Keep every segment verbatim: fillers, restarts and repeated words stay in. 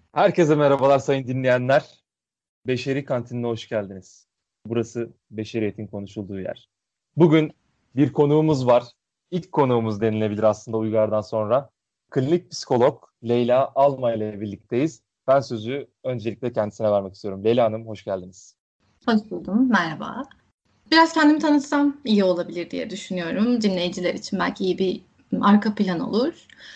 Herkese merhabalar sayın dinleyenler. Beşeri Kantinine hoş geldiniz. Burası beşeriyetin konuşulduğu yer. Bugün bir konuğumuz var. İlk konuğumuz denilebilir aslında Uygar'dan sonra. Klinik psikolog Leyla Alma ile birlikteyiz. Ben sözü öncelikle kendisine vermek istiyorum. Leyla Hanım hoş geldiniz. Hoş buldum, merhaba. Biraz kendimi tanıtsam iyi olabilir diye düşünüyorum. Dinleyiciler için belki iyi bir arka plan olur.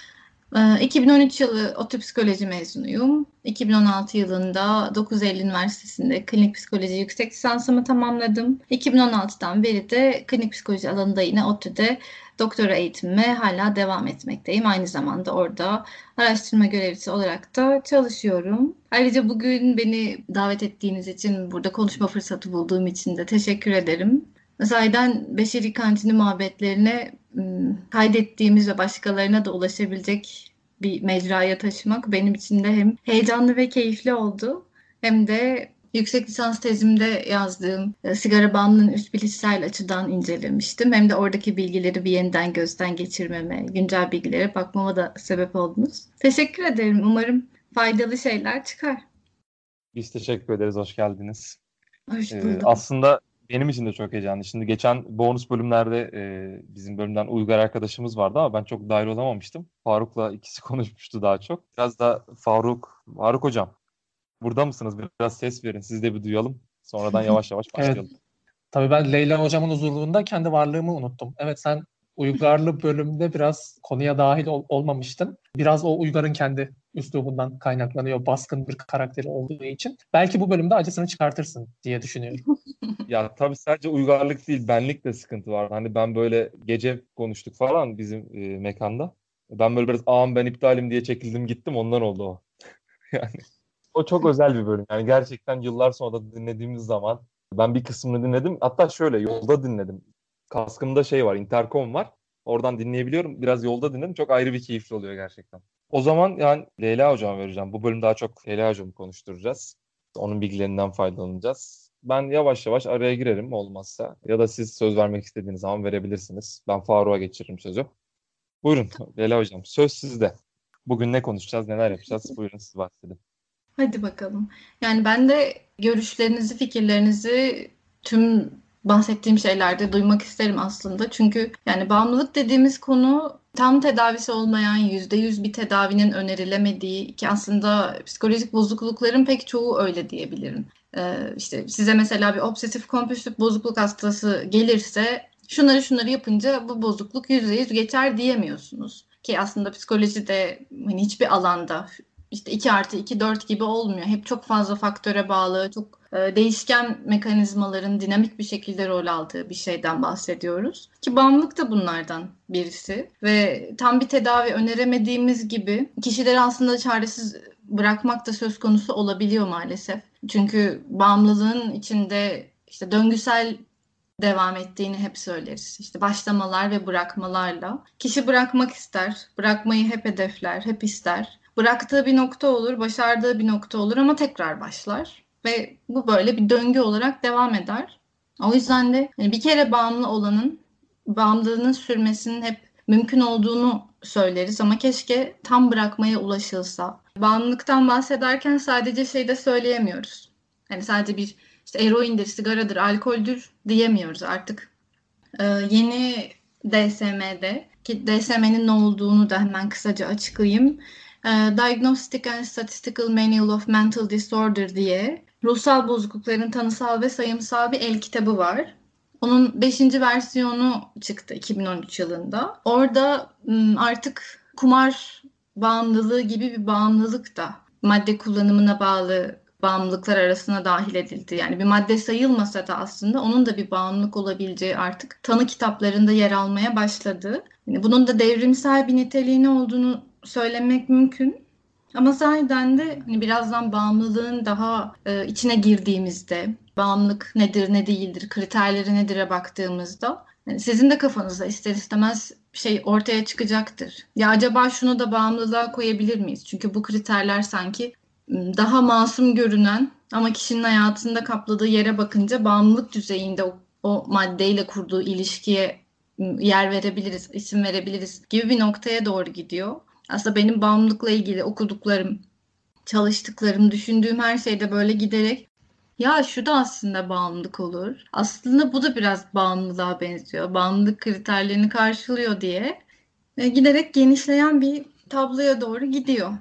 iki bin on üç yılı ODTÜ Psikoloji mezunuyum. iki bin on altı yılında dokuz Eylül Üniversitesi'nde klinik psikoloji yüksek lisansımı tamamladım. iki bin on altıdan beri de klinik psikoloji alanında yine ODTÜ'de doktora eğitimime hala devam etmekteyim. Aynı zamanda orada araştırma görevlisi olarak da çalışıyorum. Ayrıca bugün beni davet ettiğiniz için, burada konuşma fırsatı bulduğum için de teşekkür ederim. Sahiden Beşeri Kantini muhabbetlerine kaydettiğimiz ve başkalarına da ulaşabilecek bir mecraya taşımak benim için de hem heyecanlı ve keyifli oldu, hem de yüksek lisans tezimde yazdığım e, sigara bağımlılığını üst bilişsel açıdan incelemiştim. Hem de oradaki bilgileri bir yeniden gözden geçirmeme, güncel bilgilere bakmama da sebep oldunuz. Teşekkür ederim. Umarım faydalı şeyler çıkar. Biz teşekkür ederiz, hoş geldiniz. Hoş Ee, buldum. aslında benim için de çok heyecanlı. Şimdi geçen bonus bölümlerde e, bizim bölümden Uygar arkadaşımız vardı ama ben çok dahil olamamıştım. Faruk'la ikisi konuşmuştu daha çok. Biraz da Faruk, Faruk hocam burada mısınız? Biraz ses verin, siz de bir duyalım. Sonradan yavaş yavaş Evet. başlayalım. Tabii ben Leyla hocamın huzurluğunda kendi varlığımı unuttum. Evet, sen Uygarlı bölümde biraz konuya dahil ol- olmamıştın. Biraz o Uygar'ın kendi üslubundan kaynaklanıyor. Baskın bir karakteri olduğu için. Belki bu bölümde acısını çıkartırsın diye düşünüyorum. Ya tabii sadece uygarlık değil, benlik de sıkıntı vardı. Hani ben böyle gece konuştuk falan bizim e, mekanda. Ben böyle biraz ağam ben iptalim diye çekildim gittim, ondan oldu o. Yani o çok özel bir bölüm. Yani gerçekten yıllar sonra da dinlediğimiz zaman ben bir kısmını dinledim. Hatta şöyle yolda dinledim. Kaskımda şey var, interkom var. Oradan dinleyebiliyorum. Biraz yolda dinledim. Çok ayrı bir keyifli oluyor gerçekten. O zaman yani Leyla Hocam vereceğim. Bu bölüm daha çok Leyla Hocam'ı konuşturacağız. Onun bilgilerinden faydalanacağız. Ben yavaş yavaş araya girerim olmazsa. Ya da siz söz vermek istediğiniz zaman verebilirsiniz. Ben Faruk'a geçiririm sözü. Buyurun Leyla Hocam. Söz sizde. Bugün ne konuşacağız, neler yapacağız? Buyurun siz bahsedin. Hadi bakalım. Yani ben de görüşlerinizi, fikirlerinizi tüm bahsettiğim şeylerde duymak isterim aslında. Çünkü yani bağımlılık dediğimiz konu tam tedavisi olmayan, yüzde yüz bir tedavinin önerilemediği, ki aslında psikolojik bozuklukların pek çoğu öyle diyebilirim. Ee, işte size mesela bir obsesif kompulsif bozukluk hastası gelirse şunları şunları yapınca bu bozukluk yüzde yüz geçer diyemiyorsunuz. Ki aslında psikolojide hani hiçbir alanda işte iki artı iki dört gibi olmuyor. Hep çok fazla faktöre bağlı, çok e, değişken mekanizmaların dinamik bir şekilde rol aldığı bir şeyden bahsediyoruz. Ki bağımlılık da bunlardan birisi. Ve tam bir tedavi öneremediğimiz gibi kişileri aslında çaresiz bırakmak da söz konusu olabiliyor maalesef. Çünkü bağımlılığın içinde işte döngüsel devam ettiğini hep söyleriz. İşte başlamalar ve bırakmalarla. Kişi bırakmak ister, bırakmayı hep hedefler, hep ister. Bıraktığı bir nokta olur, başardığı bir nokta olur ama tekrar başlar. Ve bu böyle bir döngü olarak devam eder. O yüzden de hani bir kere bağımlı olanın bağımlılığının sürmesinin hep mümkün olduğunu söyleriz ama keşke tam bırakmaya ulaşılsa. Bağımlılıktan bahsederken sadece şey de söyleyemiyoruz. Hani sadece bir işte eroindir, sigaradır, alkoldür diyemiyoruz artık. Ee, yeni D S M'de, ki D S M'nin ne olduğunu da hemen kısaca açıklayayım. Ee, Diagnostic and Statistical Manual of Mental Disorder diye ruhsal bozuklukların tanısal ve sayımsal bir el kitabı var. Onun beşinci versiyonu çıktı iki bin on üç yılında. Orada artık kumar bağımlılığı gibi bir bağımlılık da madde kullanımına bağlı bağımlılıklar arasına dahil edildi. Yani bir madde sayılmasa da aslında onun da bir bağımlılık olabileceği artık tanı kitaplarında yer almaya başladı. Yani bunun da devrimsel bir niteliğini olduğunu söylemek mümkün. Ama sahiden de hani birazdan bağımlılığın daha e, içine girdiğimizde, bağımlılık nedir, ne değildir, kriterleri nedir'e baktığımızda yani sizin de kafanızda ister istemez şey ortaya çıkacaktır. Ya acaba şunu da bağımlılığa koyabilir miyiz? Çünkü bu kriterler sanki daha masum görünen ama kişinin hayatında kapladığı yere bakınca bağımlılık düzeyinde o, o maddeyle kurduğu ilişkiye yer verebiliriz, isim verebiliriz gibi bir noktaya doğru gidiyor. Aslında benim bağımlılıkla ilgili okuduklarım, çalıştıklarım, düşündüğüm her şeyde böyle giderek ya şu da aslında bağımlılık olur. Aslında bu da biraz bağımlılığa benziyor. Bağımlılık kriterlerini karşılıyor diye e, giderek genişleyen bir tabloya doğru gidiyor.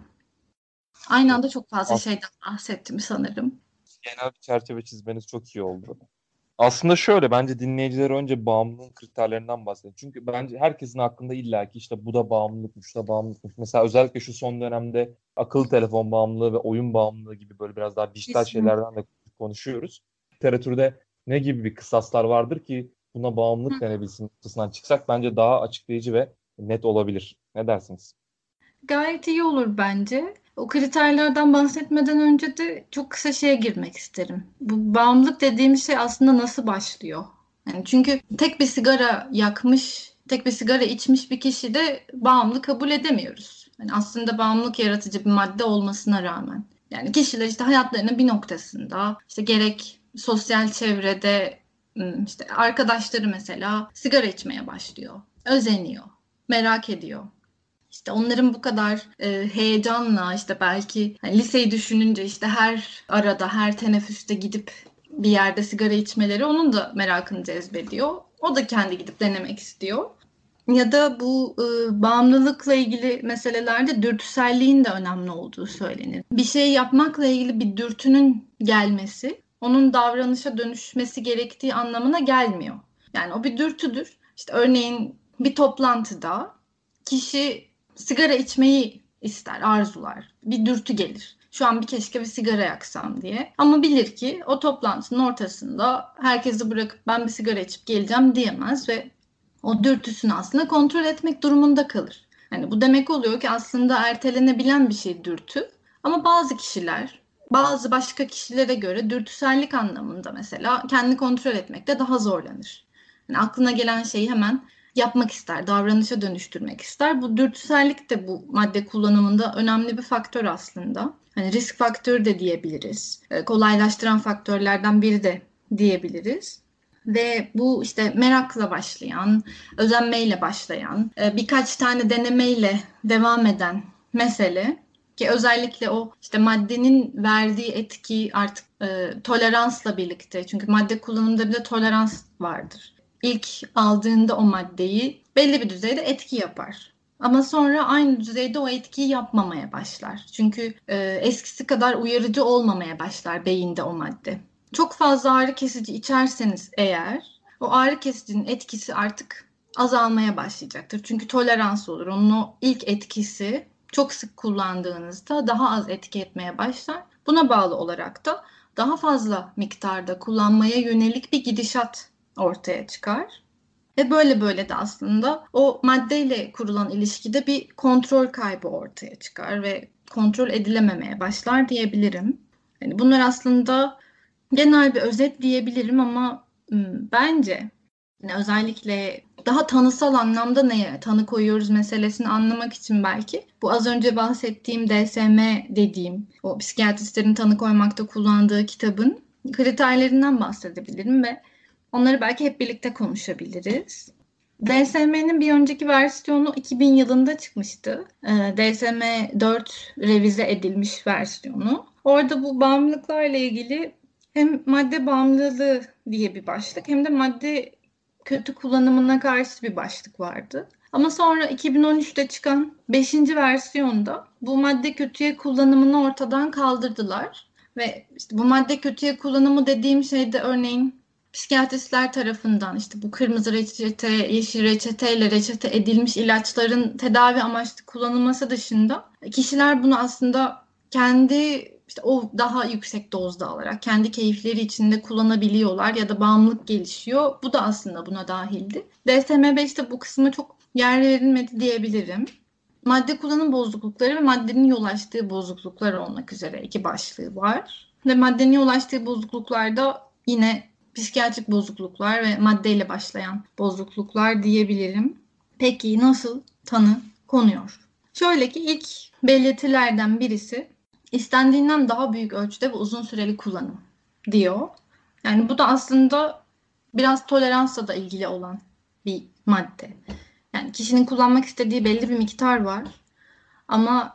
Aynı anda çok fazla As- şeyden bahsettim sanırım. Genel bir çerçeve çizmeniz çok iyi oldu. Aslında şöyle, bence dinleyiciler önce bağımlılığın kriterlerinden bahsedelim. Çünkü bence herkesin aklında illaki işte bu da bağımlılıkmış, şu da bağımlılıkmış. Mesela özellikle şu son dönemde akıllı telefon bağımlılığı ve oyun bağımlılığı gibi böyle biraz daha dijital Kesinlikle. şeylerden de konuşuyoruz. Literatürde ne gibi bir kısaslar vardır ki buna bağımlılık denebilsin noktasından çıksak bence daha açıklayıcı ve net olabilir. Ne dersiniz? Gayet iyi olur bence. O kriterlerden bahsetmeden önce de çok kısa şeye girmek isterim. Bu bağımlılık dediğimiz şey aslında nasıl başlıyor? Yani çünkü tek bir sigara yakmış, tek bir sigara içmiş bir kişi de bağımlı kabul edemiyoruz. Yani aslında bağımlılık yaratıcı bir madde olmasına rağmen. Yani kişiler işte hayatlarının bir noktasında işte gerek sosyal çevrede işte arkadaşları mesela sigara içmeye başlıyor. Özeniyor, merak ediyor. İşte onların bu kadar e, heyecanla işte belki hani liseyi düşününce işte her arada, her teneffüste gidip bir yerde sigara içmeleri onun da merakını cezbediyor. O da kendi gidip denemek istiyor. Ya da bu e, bağımlılıkla ilgili meselelerde dürtüselliğin de önemli olduğu söylenir. Bir şey yapmakla ilgili bir dürtünün gelmesi, onun davranışa dönüşmesi gerektiği anlamına gelmiyor. Yani o bir dürtüdür. İşte örneğin bir toplantıda kişi sigara içmeyi ister, arzular. Bir dürtü gelir. Şu an bir keşke bir sigara yaksam diye. Ama bilir ki o toplantının ortasında herkesi bırakıp ben bir sigara içip geleceğim diyemez ve o dürtüsünü aslında kontrol etmek durumunda kalır. Yani bu demek oluyor ki aslında ertelenebilen bir şey dürtü. Ama bazı kişiler, bazı başka kişilere göre dürtüsellik anlamında mesela kendini kontrol etmekte daha zorlanır. Yani aklına gelen şeyi hemen yapmak ister, davranışa dönüştürmek ister. Bu dürtüsellik de bu madde kullanımında önemli bir faktör aslında. Hani risk faktörü de diyebiliriz. E, kolaylaştıran faktörlerden biri de diyebiliriz. Ve bu işte merakla başlayan, özenmeyle başlayan, e, birkaç tane denemeyle devam eden mesele ki özellikle o işte maddenin verdiği etki artık e, toleransla birlikte çünkü madde kullanımında bir de tolerans vardır. İlk aldığında o maddeyi belli bir düzeyde etki yapar. Ama sonra aynı düzeyde o etkiyi yapmamaya başlar. Çünkü e, eskisi kadar uyarıcı olmamaya başlar beyinde o madde. Çok fazla ağrı kesici içerseniz eğer o ağrı kesicinin etkisi artık azalmaya başlayacaktır. Çünkü tolerans olur. Onun o ilk etkisi çok sık kullandığınızda daha az etki etmeye başlar. Buna bağlı olarak da daha fazla miktarda kullanmaya yönelik bir gidişat ortaya çıkar. Ve böyle böyle de aslında o maddeyle kurulan ilişkide bir kontrol kaybı ortaya çıkar ve kontrol edilememeye başlar diyebilirim. Yani bunlar aslında genel bir özet diyebilirim ama bence yani özellikle daha tanısal anlamda neye tanı koyuyoruz meselesini anlamak için belki bu az önce bahsettiğim D S M dediğim o psikiyatristlerin tanı koymakta kullandığı kitabın kriterlerinden bahsedebilirim ve onları belki hep birlikte konuşabiliriz. D S M'nin bir önceki versiyonu iki bin yılında çıkmıştı. D S M dört revize edilmiş versiyonu. Orada bu bağımlılıklarla ilgili hem madde bağımlılığı diye bir başlık hem de madde kötü kullanımına karşı bir başlık vardı. Ama sonra iki bin on üçte çıkan beşinci versiyonda bu madde kötüye kullanımını ortadan kaldırdılar. Ve işte bu madde kötüye kullanımı dediğim şeyde örneğin psikiyatristler tarafından işte bu kırmızı reçete, yeşil reçeteyle reçete edilmiş ilaçların tedavi amaçlı kullanılması dışında kişiler bunu aslında kendi işte o daha yüksek dozda alarak kendi keyifleri içinde kullanabiliyorlar ya da bağımlılık gelişiyor. Bu da aslında buna dahildi. D S M beşte bu kısmı çok yer verilmedi diyebilirim. Madde kullanım bozuklukları ve maddenin yol açtığı bozukluklar olmak üzere iki başlığı var. Ve maddenin yol açtığı bozukluklarda yine psikiyatrik bozukluklar ve maddeyle başlayan bozukluklar diyebilirim. Peki nasıl tanı konuyor? Şöyle ki ilk belirtilerden birisi istendiğinden daha büyük ölçüde ve uzun süreli kullanım diyor. Yani bu da aslında biraz toleransla da ilgili olan bir madde. Yani kişinin kullanmak istediği belli bir miktar var. Ama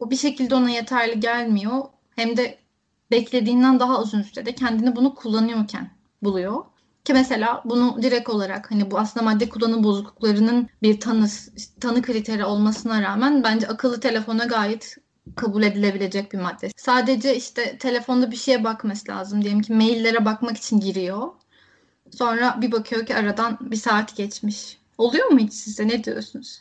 O bir şekilde ona yeterli gelmiyor. Hem de beklediğinden daha uzun sürede kendini bunu kullanıyorken buluyor. Ki mesela bunu direkt olarak hani bu aslında madde kullanım bozukluklarının bir tanı, tanı kriteri olmasına rağmen bence akıllı telefona gayet kabul edilebilecek bir madde. Sadece işte telefonda bir şeye bakması lazım. Diyelim ki maillere bakmak için giriyor. Sonra bir bakıyor ki aradan bir saat geçmiş. Oluyor mu hiç size? Ne diyorsunuz?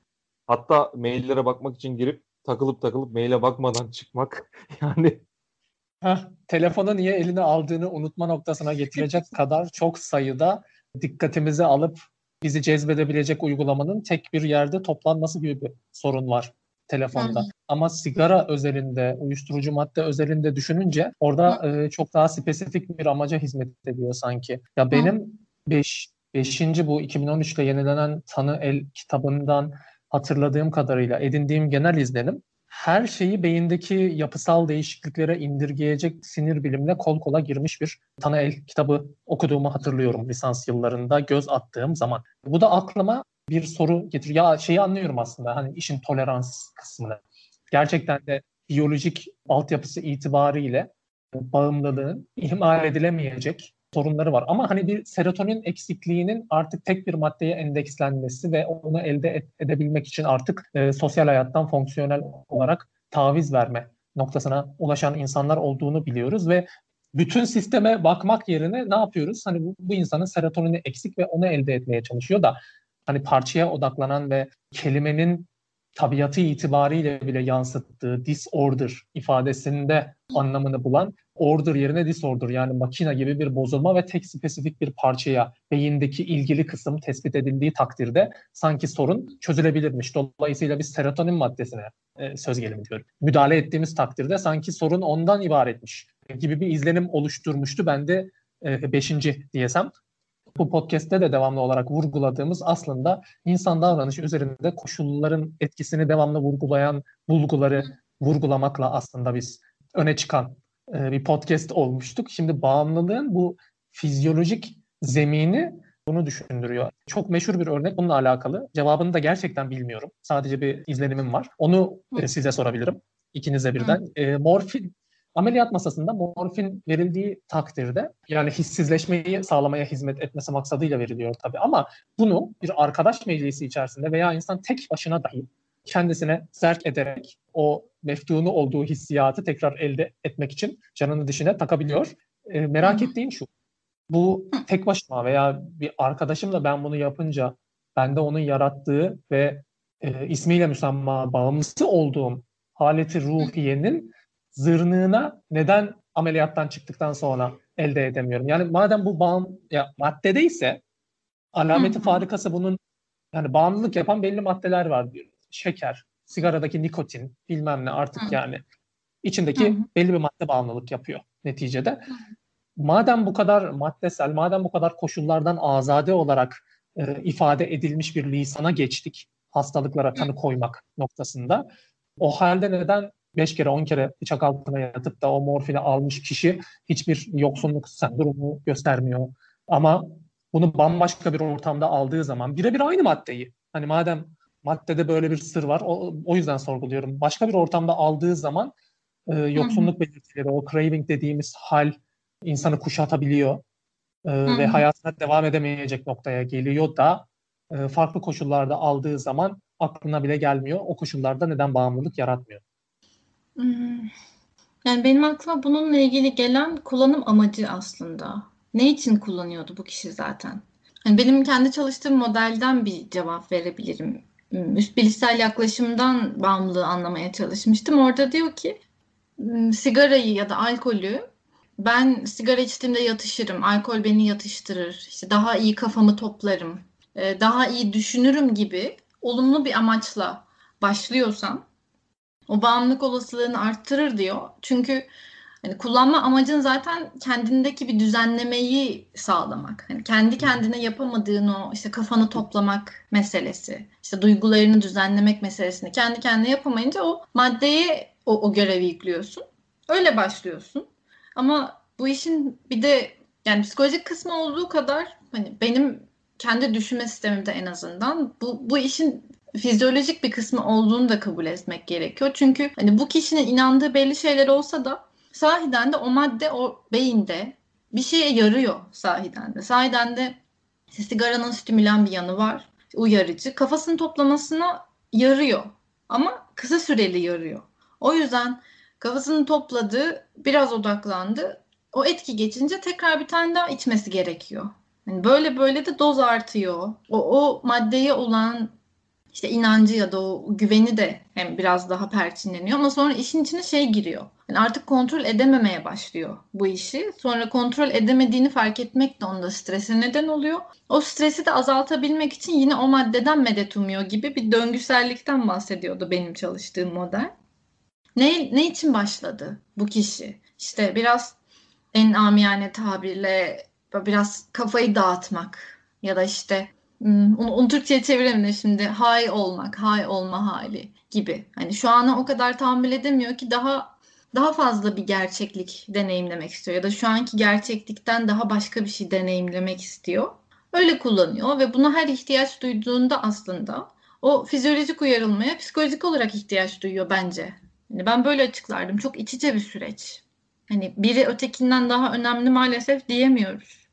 Hatta maillere bakmak için girip takılıp takılıp maile bakmadan çıkmak yani Heh, telefonu niye eline aldığını unutma noktasına getirecek kadar çok sayıda dikkatimizi alıp bizi cezbedebilecek uygulamanın tek bir yerde toplanması gibi bir sorun var telefonda. Hı. Ama sigara özelinde, uyuşturucu madde özelinde düşününce orada e, çok daha spesifik bir amaca hizmet ediyor sanki. Ya benim beş, beşinci bu iki bin on üçte yenilenen Tanı El kitabından hatırladığım kadarıyla edindiğim genel izlenim, her şeyi beyindeki yapısal değişikliklere indirgeyecek sinir bilimle kol kola girmiş bir Tanı El kitabı okuduğumu hatırlıyorum lisans yıllarında göz attığım zaman. Bu da aklıma bir soru getiriyor. Ya şeyi anlıyorum aslında, hani işin tolerans kısmını. Gerçekten de biyolojik altyapısı itibariyle bağımlılığın ihmal edilemeyecek sorunları var. Ama hani bir serotonin eksikliğinin artık tek bir maddeye endekslenmesi ve onu elde et, edebilmek için artık e, sosyal hayattan fonksiyonel olarak taviz verme noktasına ulaşan insanlar olduğunu biliyoruz ve bütün sisteme bakmak yerine ne yapıyoruz? Hani bu, bu insanın serotonini eksik ve onu elde etmeye çalışıyor da hani parçaya odaklanan ve kelimenin tabiatı itibariyle bile yansıttığı disorder ifadesinde anlamını bulan order yerine disorder, yani makine gibi bir bozulma ve tek spesifik bir parçaya beyindeki ilgili kısım tespit edildiği takdirde sanki sorun çözülebilirmiş. Dolayısıyla biz serotonin maddesine e, söz gelimi diyorum. Müdahale ettiğimiz takdirde sanki sorun ondan ibaretmiş gibi bir izlenim oluşturmuştu. Ben de e, beşinci diyesem. Bu podcast'te de devamlı olarak vurguladığımız aslında insan davranışı üzerinde koşulların etkisini devamlı vurgulayan bulguları vurgulamakla aslında biz öne çıkan e, bir podcast olmuştuk. Şimdi bağımlılığın bu fizyolojik zemini bunu düşündürüyor. Çok meşhur bir örnek bununla alakalı. Cevabını da gerçekten bilmiyorum. Sadece bir izlenimim var. Onu e, size sorabilirim. İkinize birden. E, morfin Ameliyat masasında morfin verildiği takdirde, yani hissizleşmeyi sağlamaya hizmet etmesi maksadıyla veriliyor tabii, ama bunu bir arkadaş meclisi içerisinde veya insan tek başına dahi kendisine zerk ederek o meftunu olduğu hissiyatı tekrar elde etmek için canını dişine takabiliyor. E, merak ettiğim şu, bu tek başıma veya bir arkadaşımla ben bunu yapınca bende onun yarattığı ve e, ismiyle müsemma bağımlısı olduğum haleti ruhiyenin zırnığına neden ameliyattan çıktıktan sonra elde edemiyorum? Yani madem bu bağım ya maddedeyse, alameti farikası bunun, yani bağımlılık yapan belli maddeler var diyor. Şeker, sigaradaki nikotin, bilmem ne artık, yani içindeki belli bir madde bağımlılık yapıyor neticede. Madem bu kadar maddesel, madem bu kadar koşullardan azade olarak e, ifade edilmiş bir lisana geçtik, hastalıklara tanı koymak noktasında, o halde neden beş kere on kere bıçak altına yatıp da o morfini almış kişi hiçbir yoksunluk sendromu göstermiyor? Ama bunu bambaşka bir ortamda aldığı zaman birebir aynı maddeyi, hani madem maddede böyle bir sır var, o, o yüzden sorguluyorum. Başka bir ortamda aldığı zaman e, yoksunluk belirtileri, o craving dediğimiz hal insanı kuşatabiliyor e, ve hayatına devam edemeyecek noktaya geliyor da e, farklı koşullarda aldığı zaman aklına bile gelmiyor. O koşullarda neden bağımlılık yaratmıyor? Hmm. Yani benim aklıma bununla ilgili gelen kullanım amacı aslında. Ne için kullanıyordu bu kişi zaten? Yani benim kendi çalıştığım modelden bir cevap verebilirim. Üst bilişsel yaklaşımdan bağımlılığı anlamaya çalışmıştım. Orada diyor ki sigarayı ya da alkolü, ben sigara içtiğimde yatışırım, alkol beni yatıştırır, işte daha iyi kafamı toplarım, daha iyi düşünürüm gibi olumlu bir amaçla başlıyorsam o bağımlılık olasılığını arttırır diyor. Çünkü hani kullanma amacın zaten kendindeki bir düzenlemeyi sağlamak. Hani kendi kendine yapamadığın o işte kafanı toplamak meselesi, işte duygularını düzenlemek meselesini kendi kendine yapamayınca o maddeye o, o görevi yüklüyorsun. Öyle başlıyorsun. Ama bu işin bir de yani psikolojik kısmı olduğu kadar hani benim kendi düşünme sistemimde en azından bu, bu işin fizyolojik bir kısmı olduğunu da kabul etmek gerekiyor. Çünkü hani bu kişinin inandığı belli şeyler olsa da sahiden de o madde o beyinde bir şeye yarıyor sahiden de. Sahiden de sigaranın stimülen bir yanı var, uyarıcı. Kafasını toplamasına yarıyor ama kısa süreli yarıyor. O yüzden kafasını topladı, biraz odaklandı. O etki geçince tekrar bir tane daha içmesi gerekiyor. Yani böyle böyle de doz artıyor. O, o maddeye olan işte inancı ya da o güveni de hem biraz daha perçinleniyor ama sonra işin içine şey giriyor. Yani artık kontrol edememeye başlıyor bu işi. Sonra kontrol edemediğini fark etmek de onda strese neden oluyor. O stresi de azaltabilmek için yine o maddeden medet umuyor gibi bir döngüsellikten bahsediyordu benim çalıştığım model. Ne, ne için başladı bu kişi? İşte biraz en amiyane tabirle biraz kafayı dağıtmak ya da işte hmm, onu, onu Türkçe'ye çeviremedim şimdi. High olmak, high olma hali gibi. Hani şu ana o kadar tahammül edemiyor ki daha daha fazla bir gerçeklik deneyimlemek istiyor ya da şu anki gerçeklikten daha başka bir şey deneyimlemek istiyor. Öyle kullanıyor ve buna her ihtiyaç duyduğunda aslında o fizyolojik uyarılmaya psikolojik olarak ihtiyaç duyuyor bence. Yani ben böyle açıklardım. Çok iç içe bir süreç. Hani biri ötekinden daha önemli maalesef diyemiyoruz.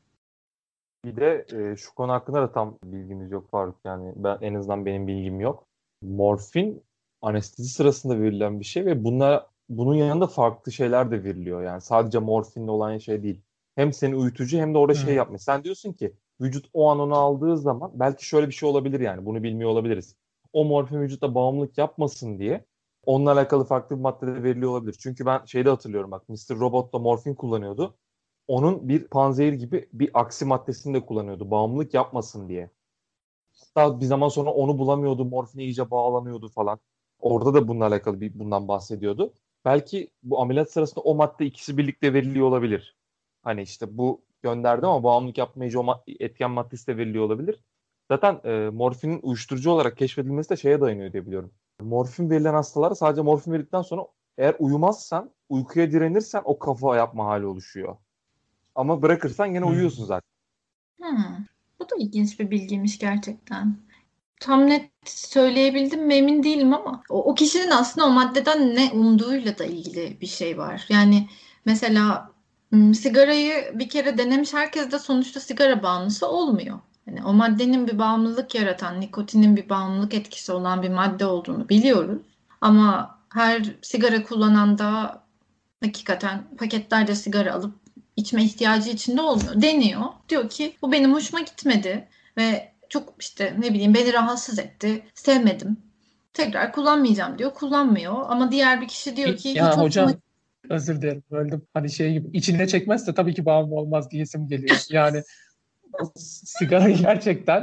Bir de e, şu konu hakkında da tam bilgimiz yok Faruk. Yani ben en azından benim bilgim yok. Morfin anestezi sırasında verilen bir şey ve bunlar bunun yanında farklı şeyler de veriliyor. Yani sadece morfinle olan şey değil. Hem seni uyutucu hem de orada şey Hı. yapmış. Sen diyorsun ki vücut o an onu aldığı zaman belki şöyle bir şey olabilir yani. Bunu bilmiyor olabiliriz. O morfin vücutta bağımlılık yapmasın diye onunla alakalı farklı bir madde de veriliyor olabilir. Çünkü ben şeyde hatırlıyorum bak mister Robot da morfin kullanıyordu. Onun bir panzehir gibi bir aksi maddesini de kullanıyordu. Bağımlılık yapmasın diye. Hatta bir zaman sonra onu bulamıyordu. Morfine iyice bağlanıyordu falan. Orada da bununla alakalı bir bundan bahsediyordu. Belki bu ameliyat sırasında o madde ikisi birlikte veriliyor olabilir. Hani işte bu gönderdi ama bağımlılık yapmayıcı o mad- etken maddesi de veriliyor olabilir. Zaten e, morfinin uyuşturucu olarak keşfedilmesi de şeye dayanıyor diye biliyorum. Morfin verilen hastalara sadece morfin verdikten sonra eğer uyumazsan, uykuya direnirsen o kafa yapma hali oluşuyor. Ama bırakırsan gene Hı. uyuyorsun zaten. Hmm. Bu da ilginç bir bilgiymiş gerçekten. Tam net söyleyebildim mi emin değilim ama o, o kişinin aslında o maddeden ne umduğuyla da ilgili bir şey var. Yani mesela m, sigarayı bir kere denemiş herkes de sonuçta sigara bağımlısı olmuyor. Yani o maddenin bir bağımlılık yaratan, nikotinin bir bağımlılık etkisi olan bir madde olduğunu biliyoruz. Ama her sigara kullanan da hakikaten paketlerce sigara alıp içme ihtiyacı içinde olmuyor. Deniyor. Diyor ki bu benim hoşuma gitmedi ve çok işte ne bileyim beni rahatsız etti. Sevmedim. Tekrar kullanmayacağım diyor. Kullanmıyor. Ama diğer bir kişi diyor İ- ki hiç Ya hoşuma hocam, özür dilerim, böldüm. Hani şey gibi, içine çekmezse tabii ki bağımlı olmaz diyesim geliyor. Yani o sigarayı gerçekten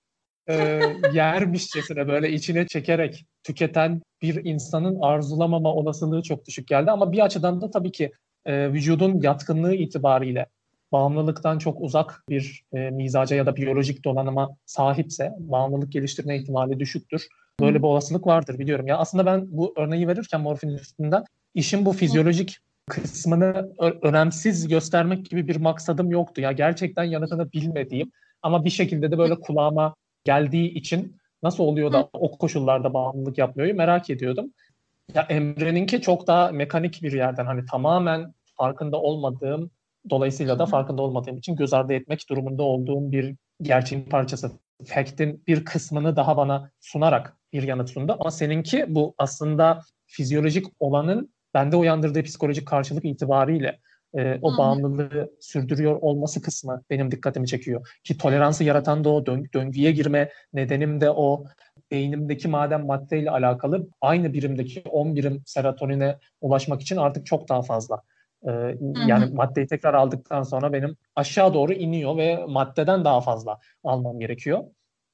e, yermişçesine böyle içine çekerek tüketen bir insanın arzulamama olasılığı çok düşük geldi. Ama bir açıdan da tabii ki e, vücudun yatkınlığı itibariyle bağımlılıktan çok uzak bir e, mizaca ya da biyolojik donanıma sahipse bağımlılık geliştirme ihtimali düşüktür. Böyle bir olasılık vardır biliyorum. Ya aslında ben bu örneği verirken morfin üstünden işin bu fizyolojik kısmını ö- önemsiz göstermek gibi bir maksadım yoktu. Ya gerçekten yanıtını bilmediğim ama bir şekilde de böyle kulağıma geldiği için nasıl oluyor da o koşullarda bağımlılık yapmıyor merak ediyordum. Ya Emre'ninki çok daha mekanik bir yerden, hani tamamen farkında olmadığım, dolayısıyla da farkında olmadığım için göz ardı etmek durumunda olduğum bir gerçeğin parçası. Fact'in bir kısmını daha bana sunarak bir yanıt sundu. Ama seninki bu aslında fizyolojik olanın bende uyandırdığı psikolojik karşılık itibariyle e, o bağımlılığı sürdürüyor olması kısmı benim dikkatimi çekiyor. Ki toleransı yaratan da o, döng- döngüye girme nedenim de o. Beynimdeki madem maddeyle alakalı aynı birimdeki on birim serotonine ulaşmak için artık çok daha fazla. Ee, yani maddeyi tekrar aldıktan sonra benim aşağı doğru iniyor ve maddeden daha fazla almam gerekiyor.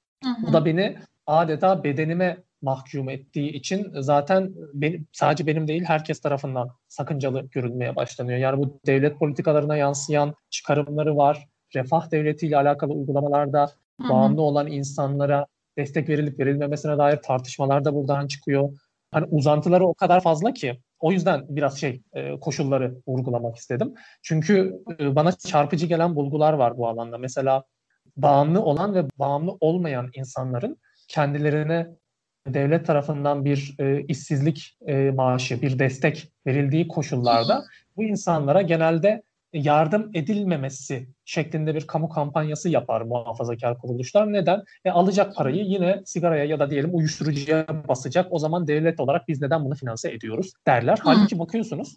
Bu da beni adeta bedenime mahkum ettiği için zaten benim, sadece benim değil herkes tarafından sakıncalı görülmeye başlanıyor. Yani bu devlet politikalarına yansıyan çıkarımları var. Refah devletiyle alakalı uygulamalarda bağımlı olan insanlara destek verilip verilmemesine dair tartışmalar da buradan çıkıyor. Hani uzantıları o kadar fazla ki o yüzden biraz şey e, koşulları vurgulamak istedim. Çünkü e, bana çarpıcı gelen bulgular var bu alanda. Mesela bağımlı olan ve bağımlı olmayan insanların kendilerine devlet tarafından bir e, işsizlik e, maaşı, bir destek verildiği koşullarda bu insanlara genelde yardım edilmemesi şeklinde bir kamu kampanyası yapar muhafazakar kuruluşlar. Neden? E, alacak parayı yine sigaraya ya da diyelim uyuşturucuya basacak. O zaman devlet olarak biz neden bunu finanse ediyoruz derler. Halbuki bakıyorsunuz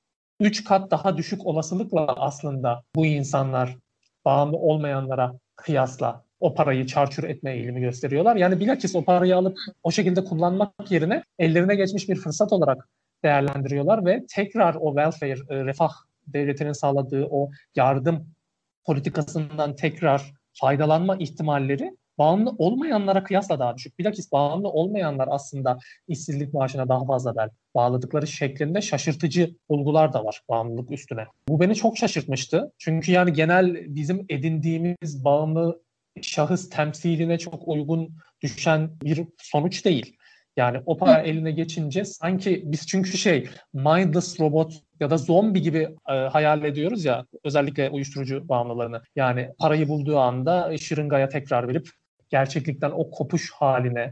üç kat daha düşük olasılıkla aslında bu insanlar bağımlı olmayanlara kıyasla o parayı çarçur etme eğilimi gösteriyorlar. Yani bilakis o parayı alıp o şekilde kullanmak yerine ellerine geçmiş bir fırsat olarak değerlendiriyorlar ve tekrar o welfare, refah devletinin sağladığı o yardım politikasından tekrar faydalanma ihtimalleri bağımlı olmayanlara kıyasla daha düşük. Bilakis bağımlı olmayanlar aslında işsizlik maaşına daha fazla bel bağladıkları şeklinde şaşırtıcı bulgular da var bağımlılık üstüne. Bu beni çok şaşırtmıştı. Çünkü yani genel bizim edindiğimiz bağımlı şahıs temsiline çok uygun düşen bir sonuç değil. Yani o para eline geçince sanki biz çünkü şey mindless robot ya da zombi gibi e, hayal ediyoruz ya özellikle uyuşturucu bağımlılarını. Yani parayı bulduğu anda şırıngaya tekrar verip gerçeklikten o kopuş haline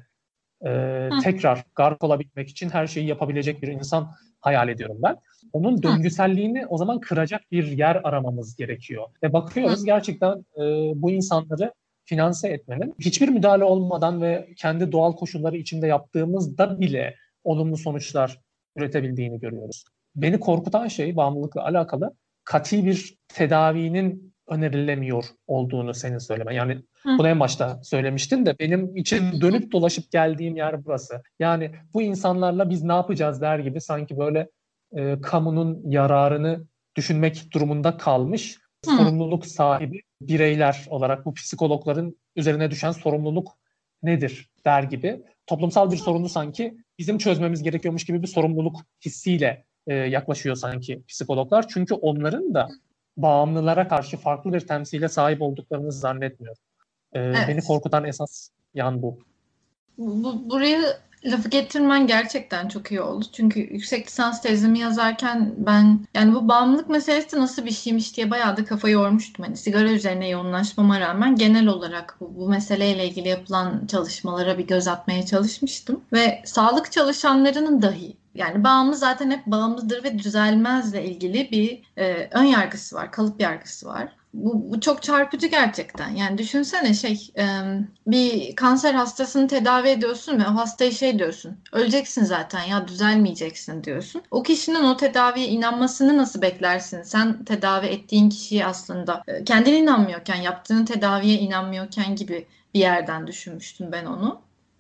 e, tekrar gark olabilmek için her şeyi yapabilecek bir insan hayal ediyorum ben. Onun döngüselliğini o zaman kıracak bir yer aramamız gerekiyor. Ve bakıyoruz gerçekten e, bu insanları finanse etmenin hiçbir müdahale olmadan ve kendi doğal koşulları içinde yaptığımızda bile olumlu sonuçlar üretebildiğini görüyoruz. Beni korkutan şey bağımlılıkla alakalı kati bir tedavinin önerilemiyor olduğunu senin söylemen. Yani Hı. bunu en başta söylemiştin de benim için dönüp dolaşıp geldiğim yer burası. Yani bu insanlarla biz ne yapacağız der gibi sanki böyle e, kamunun yararını düşünmek durumunda kalmış Hı. sorumluluk sahibi bireyler olarak bu psikologların üzerine düşen sorumluluk nedir der gibi toplumsal bir sorunu sanki bizim çözmemiz gerekiyormuş gibi bir sorumluluk hissiyle e, yaklaşıyor sanki psikologlar. Çünkü onların da bağımlılara karşı farklı bir temsile sahip olduklarını zannetmiyorum. E, evet. Beni korkutan esas yan bu. bu. Buraya lafı getirmen gerçekten çok iyi oldu. Çünkü yüksek lisans tezimi yazarken ben yani bu bağımlılık meselesi nasıl bir şeymiş diye bayağı da kafa yormuştum. Hani sigara üzerine yoğunlaşmama rağmen genel olarak bu, bu meseleyle ilgili yapılan çalışmalara bir göz atmaya çalışmıştım. Ve sağlık çalışanlarının dahi yani bağımlı zaten hep bağımlıdır ve düzelmezle ilgili bir e, ön yargısı var, kalıp yargısı var. Bu, bu çok çarpıcı gerçekten. Yani düşünsene şey e, bir kanser hastasını tedavi ediyorsun ve o hastaya şey diyorsun. Öleceksin zaten ya düzelmeyeceksin diyorsun. O kişinin o tedaviye inanmasını nasıl beklersin? Sen tedavi ettiğin kişiyi aslında e, kendine inanmıyorken, yaptığın tedaviye inanmıyorken gibi bir yerden düşünmüştüm ben onu.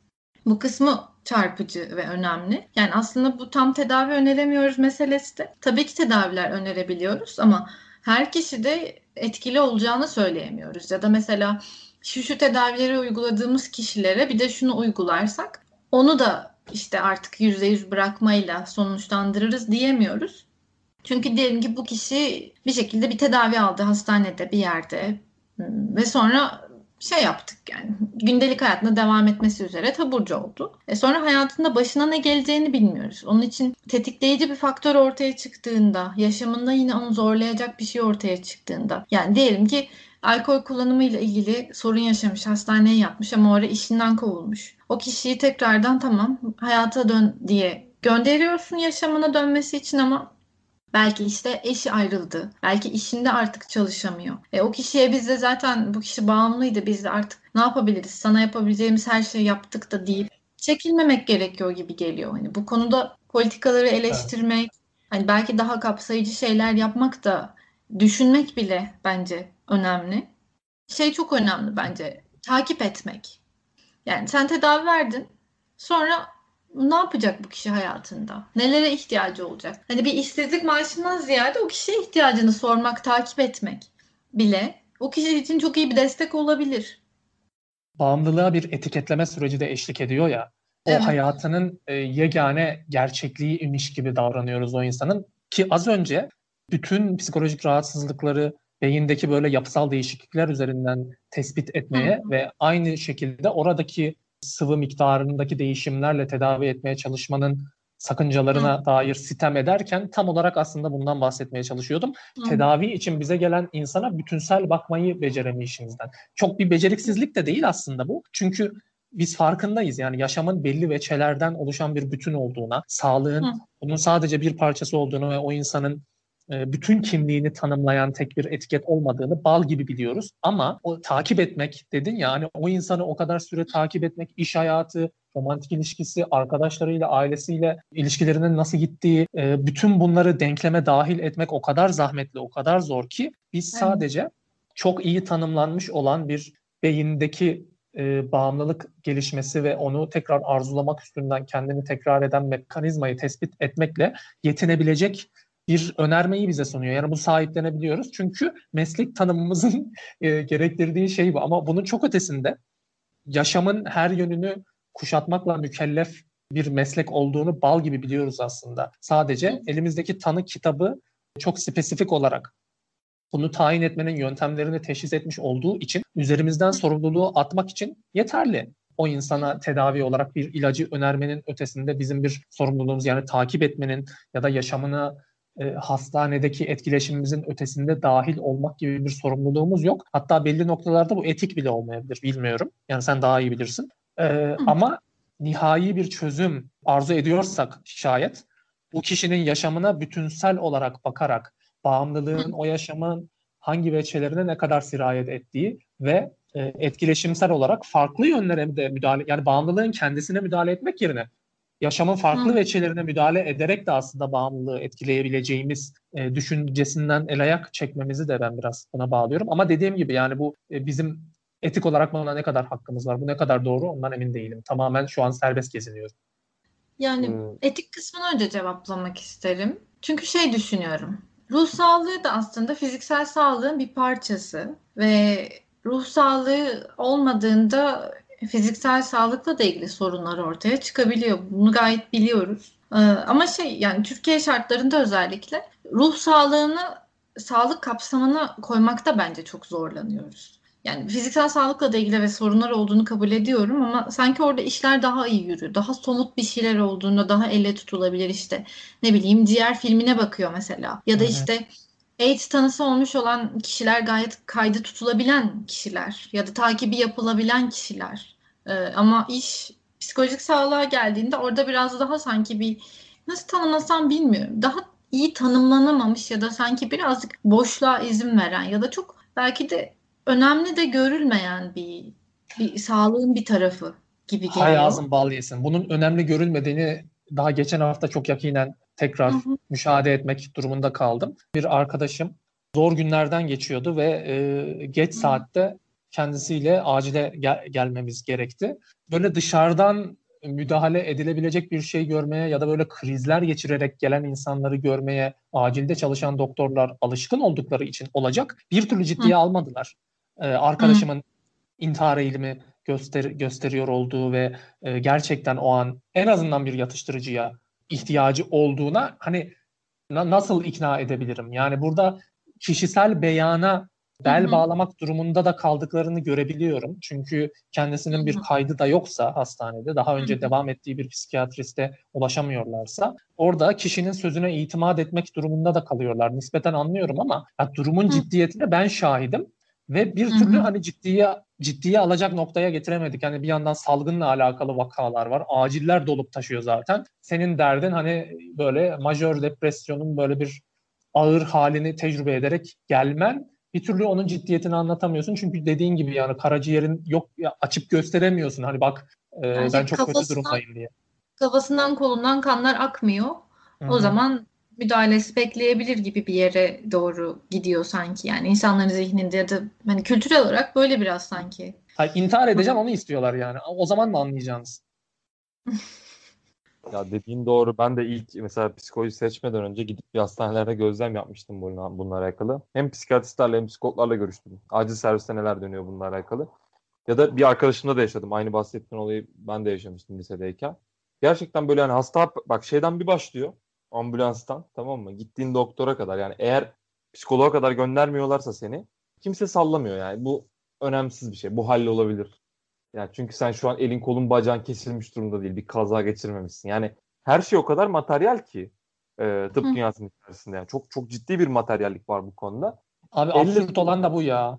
Bu kısmı çarpıcı ve önemli. Yani aslında bu tam tedavi öneremiyoruz meselesi de. Tabii ki tedaviler önerebiliyoruz ama her kişi de etkili olacağını söyleyemiyoruz. Ya da mesela şu şu tedavileri uyguladığımız kişilere bir de şunu uygularsak onu da işte artık yüzde yüz bırakmayla sonuçlandırırız diyemiyoruz. Çünkü diyelim ki bu kişi bir şekilde bir tedavi aldı hastanede bir yerde ve sonra şey yaptık yani gündelik hayatına devam etmesi üzere taburcu oldu. E sonra hayatında başına ne geleceğini bilmiyoruz. Onun için tetikleyici bir faktör ortaya çıktığında, yaşamında yine onu zorlayacak bir şey ortaya çıktığında. Yani diyelim ki alkol kullanımıyla ilgili sorun yaşamış, hastaneye yatmış ama orada işinden kovulmuş. O kişiyi tekrardan tamam hayata dön diye gönderiyorsun yaşamına dönmesi için ama belki işte eşi ayrıldı. Belki işinde artık çalışamıyor. E, o kişiye biz de zaten bu kişi bağımlıydı. Biz de artık ne yapabiliriz? Sana yapabileceğimiz her şeyi yaptık da deyip çekilmemek gerekiyor gibi geliyor. Hani bu konuda politikaları eleştirmek, evet. hani belki daha kapsayıcı şeyler yapmak da düşünmek bile bence önemli. Şey çok önemli bence. Takip etmek. Yani sen tedavi verdin. Sonra ne yapacak bu kişi hayatında? Nelere ihtiyacı olacak? Hani bir işsizlik maaşından ziyade o kişiye ihtiyacını sormak, takip etmek bile o kişi için çok iyi bir destek olabilir. Bağımlılığa bir etiketleme süreci de eşlik ediyor ya. O evet. hayatının e, yegane gerçekliği imiş gibi davranıyoruz o insanın. Ki az önce bütün psikolojik rahatsızlıkları beyindeki böyle yapısal değişiklikler üzerinden tespit etmeye Hı. ve aynı şekilde oradaki sıvı miktarındaki değişimlerle tedavi etmeye çalışmanın sakıncalarına Hı. dair sitem ederken tam olarak aslında bundan bahsetmeye çalışıyordum. Hı. Tedavi için bize gelen insana bütünsel bakmayı beceremeyişimizden. Çok bir beceriksizlik de değil aslında bu. Çünkü biz farkındayız. Yani yaşamın belli veçelerden oluşan bir bütün olduğuna, sağlığın Hı. bunun sadece bir parçası olduğunu ve o insanın e, bütün kimliğini tanımlayan tek bir etiket olmadığını bal gibi biliyoruz. Ama o takip etmek dedin ya, hani o insanı o kadar süre takip etmek, iş hayatı, romantik ilişkisi, arkadaşlarıyla, ailesiyle ilişkilerinin nasıl gittiği, e, bütün bunları denkleme dahil etmek o kadar zahmetli, o kadar zor ki biz Evet. sadece çok iyi tanımlanmış olan bir beyindeki e, bağımlılık gelişmesi ve onu tekrar arzulamak üstünden kendini tekrar eden mekanizmayı tespit etmekle yetinebilecek bir önermeyi bize sunuyor. Yani bu sahiplenebiliyoruz. Çünkü meslek tanımımızın e, gerektirdiği şey bu. Ama bunun çok ötesinde yaşamın her yönünü kuşatmakla mükellef bir meslek olduğunu bal gibi biliyoruz aslında. Sadece elimizdeki tanı kitabı çok spesifik olarak bunu tayin etmenin yöntemlerini teşhis etmiş olduğu için üzerimizden sorumluluğu atmak için yeterli. O insana tedavi olarak bir ilacı önermenin ötesinde bizim bir sorumluluğumuz, yani takip etmenin ya da yaşamına e, hastanedeki etkileşimimizin ötesinde dahil olmak gibi bir sorumluluğumuz yok. Hatta belli noktalarda bu etik bile olmayabilir, bilmiyorum. Yani sen daha iyi bilirsin. E, ama nihai bir çözüm arzu ediyorsak şayet bu kişinin yaşamına bütünsel olarak bakarak bağımlılığın o yaşamın hangi veçelerine ne kadar sirayet ettiği ve e, etkileşimsel olarak farklı yönlere de müdahale, yani bağımlılığın kendisine müdahale etmek yerine yaşamın farklı Hı. veçelerine müdahale ederek de aslında bağımlılığı etkileyebileceğimiz e, düşüncesinden el ayak çekmemizi de ben biraz buna bağlıyorum. Ama dediğim gibi yani bu e, bizim etik olarak buna ne kadar hakkımız var, bu ne kadar doğru ondan emin değilim. Tamamen şu an serbest geziniyorum. Yani Ee, etik kısmını önce cevaplamak isterim. Çünkü şey düşünüyorum. Ruh sağlığı da aslında fiziksel sağlığın bir parçası ve ruh sağlığı olmadığında fiziksel sağlıkla da ilgili sorunlar ortaya çıkabiliyor. Bunu gayet biliyoruz. Ee, ama şey, yani Türkiye şartlarında özellikle ruh sağlığını sağlık kapsamına koymakta bence çok zorlanıyoruz. Yani fiziksel sağlıkla da ilgili ve sorunlar olduğunu kabul ediyorum ama sanki orada işler daha iyi yürüyor. Daha somut bir şeyler olduğunda daha elle tutulabilir, işte ne bileyim ciğer filmine bakıyor mesela. Ya da Hı hı. işte AIDS tanısı olmuş olan kişiler gayet kaydı tutulabilen kişiler ya da takibi yapılabilen kişiler. Ee, ama iş psikolojik sağlığa geldiğinde orada biraz daha sanki bir, nasıl tanımlasam bilmiyorum, daha iyi tanımlanamamış ya da sanki birazcık boşluğa izin veren ya da çok belki de önemli de görülmeyen bir bir sağlığın bir tarafı gibi Hay geliyor. ağzın bal yesin. Bunun önemli görülmediğini daha geçen hafta çok yakinen Hı tekrar hı, müşahede etmek durumunda kaldım. Bir arkadaşım zor günlerden geçiyordu ve e, geç saatte kendisiyle acile gel- gelmemiz gerekti. Böyle dışarıdan müdahale edilebilecek bir şey görmeye ya da böyle krizler geçirerek gelen insanları görmeye acilde çalışan doktorlar alışkın oldukları için olacak bir türlü hı ciddiye almadılar. E, hı, arkadaşımın intihar eğilimi göster gösteriyor olduğu ve e, gerçekten o an en azından bir yatıştırıcıya ihtiyacı olduğuna hani na- nasıl ikna edebilirim? Yani burada kişisel beyana hı bel hı, bağlamak durumunda da kaldıklarını görebiliyorum. Çünkü kendisinin bir hı kaydı da yoksa hastanede, daha önce hı, devam ettiği bir psikiyatriste ulaşamıyorlarsa orada kişinin sözüne itimat etmek durumunda da kalıyorlar. Nispeten anlıyorum ama ya, durumun hı ciddiyetine ben şahidim ve bir hı, türlü hı. hani ciddiye ciddiye alacak noktaya getiremedik. Yani bir yandan salgınla alakalı vakalar var. Aciller dolup taşıyor zaten. Senin derdin hani böyle majör depresyonun böyle bir ağır halini tecrübe ederek gelmen, bir türlü onun ciddiyetini anlatamıyorsun. Çünkü dediğin gibi yani karaciğerin yok ya, açıp gösteremiyorsun. Hani bak e, ben Bence çok kötü kafasından durumdayım diye. kafasından kolundan kanlar akmıyor. Hı O hı. zaman müdahalesi bekleyebilir gibi bir yere doğru gidiyor sanki. Yani insanların zihninde ya da hani kültürel olarak böyle biraz sanki. Hayır, intihar edeceğim onu istiyorlar yani. O zaman mı anlayacaksınız? Ya dediğin doğru. Ben de ilk mesela psikoloji seçmeden önce gidip bir hastanelerde gözlem yapmıştım bununla, bununla alakalı. Hem psikiyatristlerle hem psikologlarla görüştüm. Acil serviste neler dönüyor bununla alakalı. Ya da bir arkadaşımda da yaşadım. Aynı bahsettiğin olayı ben de yaşamıştım lisedeyken. Gerçekten böyle hani hasta bak şeyden bir başlıyor. Ambulanstan, tamam mı? Gittiğin doktora kadar, yani eğer psikoloğa kadar göndermiyorlarsa seni kimse sallamıyor yani. Bu önemsiz bir şey. Bu hallolabilir. Yani çünkü sen şu an elin kolun bacağın kesilmiş durumda değil. Bir kaza geçirmemişsin. Yani her şey o kadar materyal ki e, tıp dünyasının içerisinde. Yani çok çok ciddi bir materyallik var bu konuda. Abi Elle absürt olan da bu ya.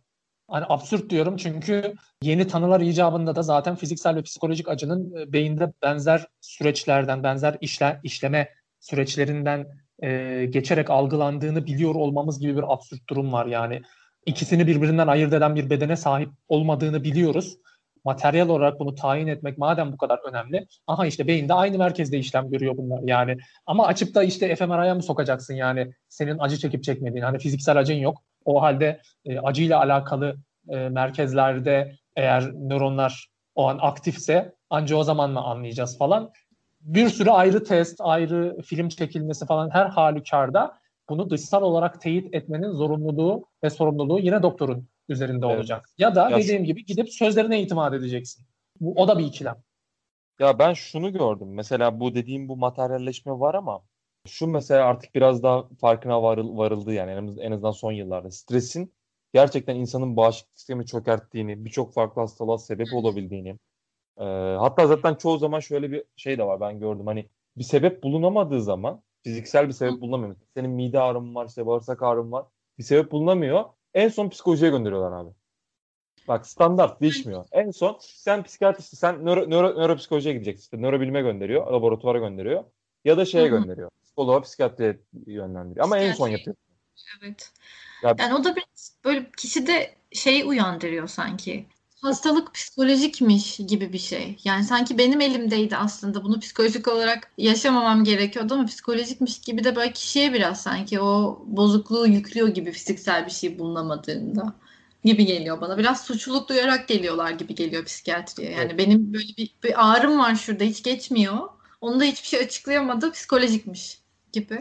Hani absürt diyorum çünkü yeni tanılar icabında da zaten fiziksel ve psikolojik acının e, beyinde benzer süreçlerden, benzer işle, işleme süreçlerinden e, geçerek algılandığını biliyor olmamız gibi bir absürt durum var. Yani ikisini birbirinden ayırt eden bir bedene sahip olmadığını biliyoruz. Materyal olarak bunu tayin etmek madem bu kadar önemli. Aha işte beyinde aynı merkezde işlem görüyor bunlar yani. Ama açıp da işte F M R'ya mı sokacaksın yani senin acı çekip çekmediğin. Hani fiziksel acın yok. O halde e, acıyla alakalı e, merkezlerde eğer nöronlar o an aktifse anca o zaman mı anlayacağız falan. Bir sürü ayrı test, ayrı film çekilmesi falan her halükarda bunu dışsal olarak teyit etmenin zorunluluğu ve sorumluluğu yine doktorun üzerinde Evet. olacak. Ya da Ya şu- dediğim gibi gidip sözlerine itimat edeceksin. Bu, o da bir ikilem. Ya ben şunu gördüm. Mesela bu dediğim bu materyalleşme var ama şu mesela artık biraz daha farkına varıl, varıldı yani en azından, en azından son yıllarda. Stresin gerçekten insanın bağışıklık sistemini çökerttiğini, birçok farklı hastalığa sebep olabildiğini. e, hatta zaten çoğu zaman şöyle bir şey de var ben gördüm. Hani bir sebep bulunamadığı zaman, fiziksel bir sebep bulunamıyor. Senin mide ağrın var, işte bağırsak ağrın var. Bir sebep bulunamıyor. En son psikolojiye gönderiyorlar abi. Bak standart değişmiyor. En son sen psikiyatrist, sen nöro, nöro, nöropsikolojiye gideceksin. İşte nörobilime gönderiyor, laboratuvara gönderiyor. Ya da Hı şeye hı. gönderiyor. Psikoloğa, psikiyatriye yönlendiriyor. Ama en son Psikiyatri, yapıyor. evet. Ya Yani o da biraz böyle kişide şey uyandırıyor sanki. Hastalık psikolojikmiş gibi bir şey. Yani sanki benim elimdeydi aslında. Bunu psikolojik olarak yaşamamam gerekiyordu ama psikolojikmiş gibi de böyle kişiye biraz sanki o bozukluğu yüklüyor gibi fiziksel bir şey bulunamadığında gibi geliyor bana. Biraz suçluluk duyarak geliyorlar gibi geliyor psikiyatriye. evet, Yani benim böyle bir, bir ağrım var şurada hiç geçmiyor. Onu da hiçbir şey açıklayamadı. Psikolojikmiş gibi.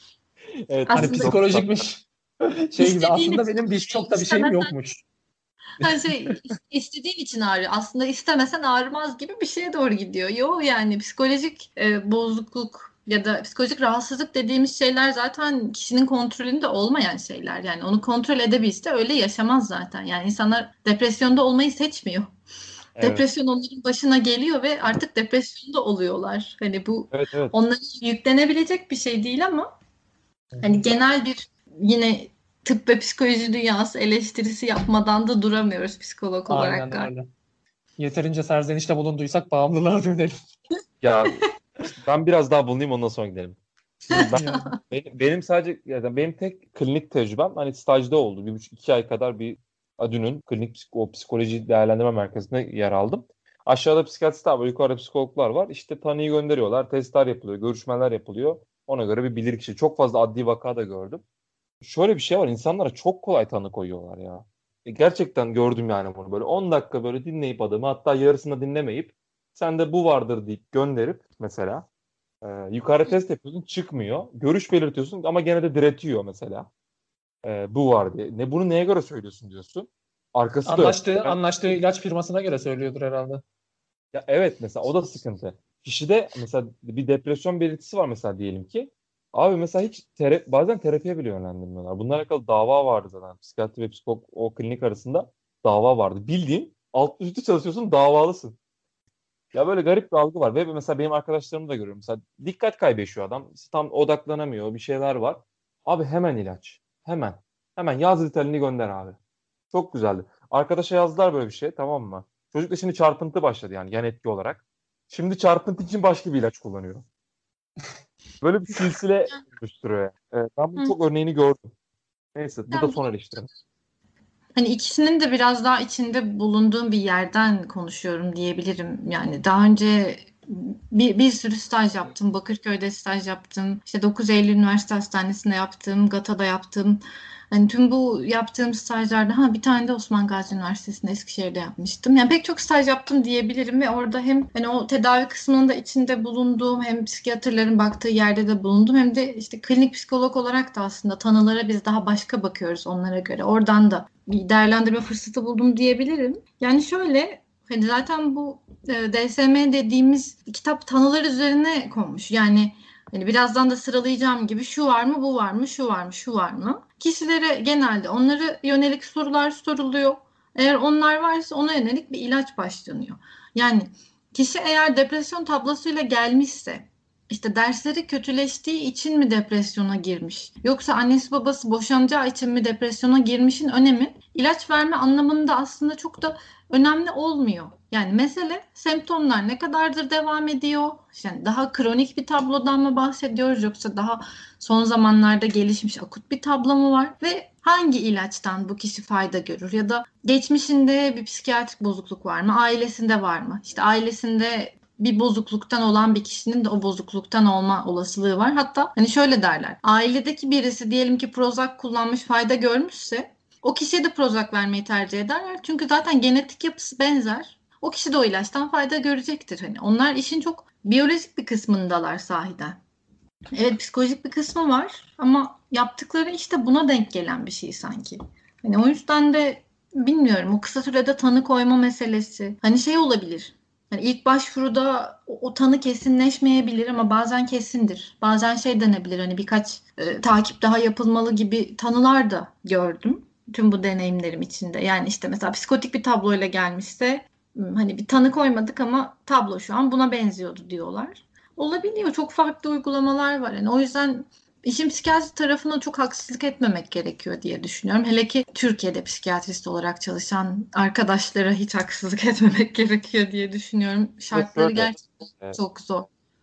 evet, Hani Aslında çok psikolojikmiş. Şey gibi istediğin aslında için benim bir ağrıyor. çok da bir şeyim İstemesen yokmuş. her şey istediğin için ağrıyor. Aslında istemesen ağrımaz gibi bir şeye doğru gidiyor. Yo yani psikolojik e, bozukluk ya da psikolojik rahatsızlık dediğimiz şeyler zaten kişinin kontrolünde olmayan şeyler. Yani onu kontrol edebilse öyle yaşamaz zaten. Yani insanlar depresyonda olmayı seçmiyor. evet, Depresyon onların başına geliyor ve artık depresyonda oluyorlar. Hani bu evet, evet. onlara yüklenebilecek bir şey değil ama Hı hı. hani genel bir yine tıp ve psikoloji dünyası eleştirisi yapmadan da duramıyoruz psikolog olarak Aynen galiba. öyle. Yeterince serzenişte bulunduysak bağımlılığa dönelim. Ya işte ben biraz daha bulunayım ondan sonra gidelim. Şimdi ben Yani. benim, benim sadece yani benim tek klinik tecrübem hani stajda oldu. Bir buçuk iki ay kadar bir ADÜ'nün klinik psiko, psikoloji değerlendirme merkezinde yer aldım. Aşağıda psikiyatristler var, yukarıda psikologlar var. İşte tanıyı gönderiyorlar, testler yapılıyor, görüşmeler yapılıyor. Ona göre bir bilirkişi. Çok fazla adli vaka da gördüm. Şöyle bir şey var, insanlara çok kolay tanı koyuyorlar ya. E, gerçekten gördüm yani bunu böyle on dakika böyle dinleyip adamı hatta yarısını dinlemeyip sen de bu vardır deyip gönderip mesela ee, yukarı test yapıyorsun çıkmıyor. Görüş belirtiyorsun ama gene de diretiyor mesela. Ee, bu var diye. Ne bunu neye göre söylüyorsun diyorsun. Arkası da yok. Anlaştığı, Ben, anlaştığı ilaç firmasına göre söylüyordur herhalde. ya evet mesela o da sıkıntı. Kişide mesela bir depresyon belirtisi var mesela diyelim ki. Abi mesela hiç tera- bazen terapiye bile yönlendirmiyorlar. Bunlarla alakalı dava vardı zaten. Psikiyatri ve psikolog o klinik arasında dava vardı. Bildiğin alt üstü çalışıyorsun davalısın. Ya böyle garip bir algı var. Ve mesela benim arkadaşlarımı da görüyorum. Mesela dikkat kaybı yaşıyor adam. Tam odaklanamıyor. Bir şeyler var. Abi hemen ilaç. Hemen. Hemen yaz ritalini gönder abi. Çok güzeldi. Arkadaşa yazdılar böyle bir şey, tamam mı? Çocuk da şimdi çarpıntı başladı yani yan etki olarak. Şimdi çarpıntı için başka bir ilaç kullanıyor. Böyle bir silsile oluşturuyor. Yani. Evet, ben bunun Hı. çok örneğini gördüm. Neyse bu da Yani bu, son eleştirim. hani ikisinin de biraz daha içinde bulunduğum bir yerden konuşuyorum diyebilirim. Yani daha önce bir, bir sürü staj yaptım. Bakırköy'de staj yaptım. İşte dokuz Eylül Üniversite Hastanesi'nde yaptım. GATA'da yaptım. Hani tüm bu yaptığım stajlarda ha bir tane de Osman Gazi Üniversitesi'nde Eskişehir'de yapmıştım. Yani pek çok staj yaptım diyebilirim ve orada hem hani o tedavi kısmında içinde bulunduğum hem psikiyatrların baktığı yerde de bulundum hem de işte klinik psikolog olarak da aslında tanılara biz daha başka bakıyoruz onlara göre. Oradan da bir değerlendirme fırsatı buldum diyebilirim. Yani şöyle hani zaten bu e, D S M dediğimiz kitap tanılar üzerine konmuş. Yani hani birazdan da sıralayacağım gibi şu var mı, bu var mı, şu var mı, şu var mı? Kişilere genelde onlara yönelik sorular soruluyor. Eğer onlar varsa ona yönelik bir ilaç başlanıyor. Yani kişi eğer depresyon tablosuyla gelmişse işte dersleri kötüleştiği için mi depresyona girmiş? Yoksa annesi babası boşanacağı için mi depresyona girmişin önemi ilaç verme anlamında aslında çok da önemli olmuyor. Yani mesele semptomlar ne kadardır devam ediyor? Yani daha kronik bir tablodan mı bahsediyoruz yoksa daha son zamanlarda gelişmiş akut bir tablo mu var? Ve hangi ilaçtan bu kişi fayda görür? Ya da geçmişinde bir psikiyatrik bozukluk var mı? Ailesinde var mı? İşte ailesinde bir bozukluktan olan bir kişinin de o bozukluktan olma olasılığı var. Hatta hani şöyle derler. Ailedeki birisi diyelim ki Prozac kullanmış, fayda görmüşse o kişiye de Prozac vermeyi tercih ederler. Çünkü zaten genetik yapısı benzer. O kişi de o ilaçtan fayda görecektir. Hani onlar işin çok biyolojik bir kısmındalar sahiden. Evet, psikolojik bir kısmı var ama yaptıkları işte buna denk gelen bir şey sanki. Hani o yüzden de bilmiyorum, o kısa sürede tanı koyma meselesi. Hani şey olabilir. Hani ilk başvuruda o, o tanı kesinleşmeyebilir ama bazen kesindir. Bazen şey denebilir, hani birkaç e, takip daha yapılmalı gibi tanılar da gördüm. Tüm bu deneyimlerim içinde. Yani işte mesela psikotik bir tabloyla gelmişse hani bir tanı koymadık ama tablo şu an buna benziyordu diyorlar. Olabiliyor. Çok farklı uygulamalar var. Yani o yüzden işin psikiyatri tarafına çok haksızlık etmemek gerekiyor diye düşünüyorum. Hele ki Türkiye'de psikiyatrist olarak çalışan arkadaşlara hiç haksızlık etmemek gerekiyor diye düşünüyorum. Da Şartları şöyle, gerçekten e, çok zor.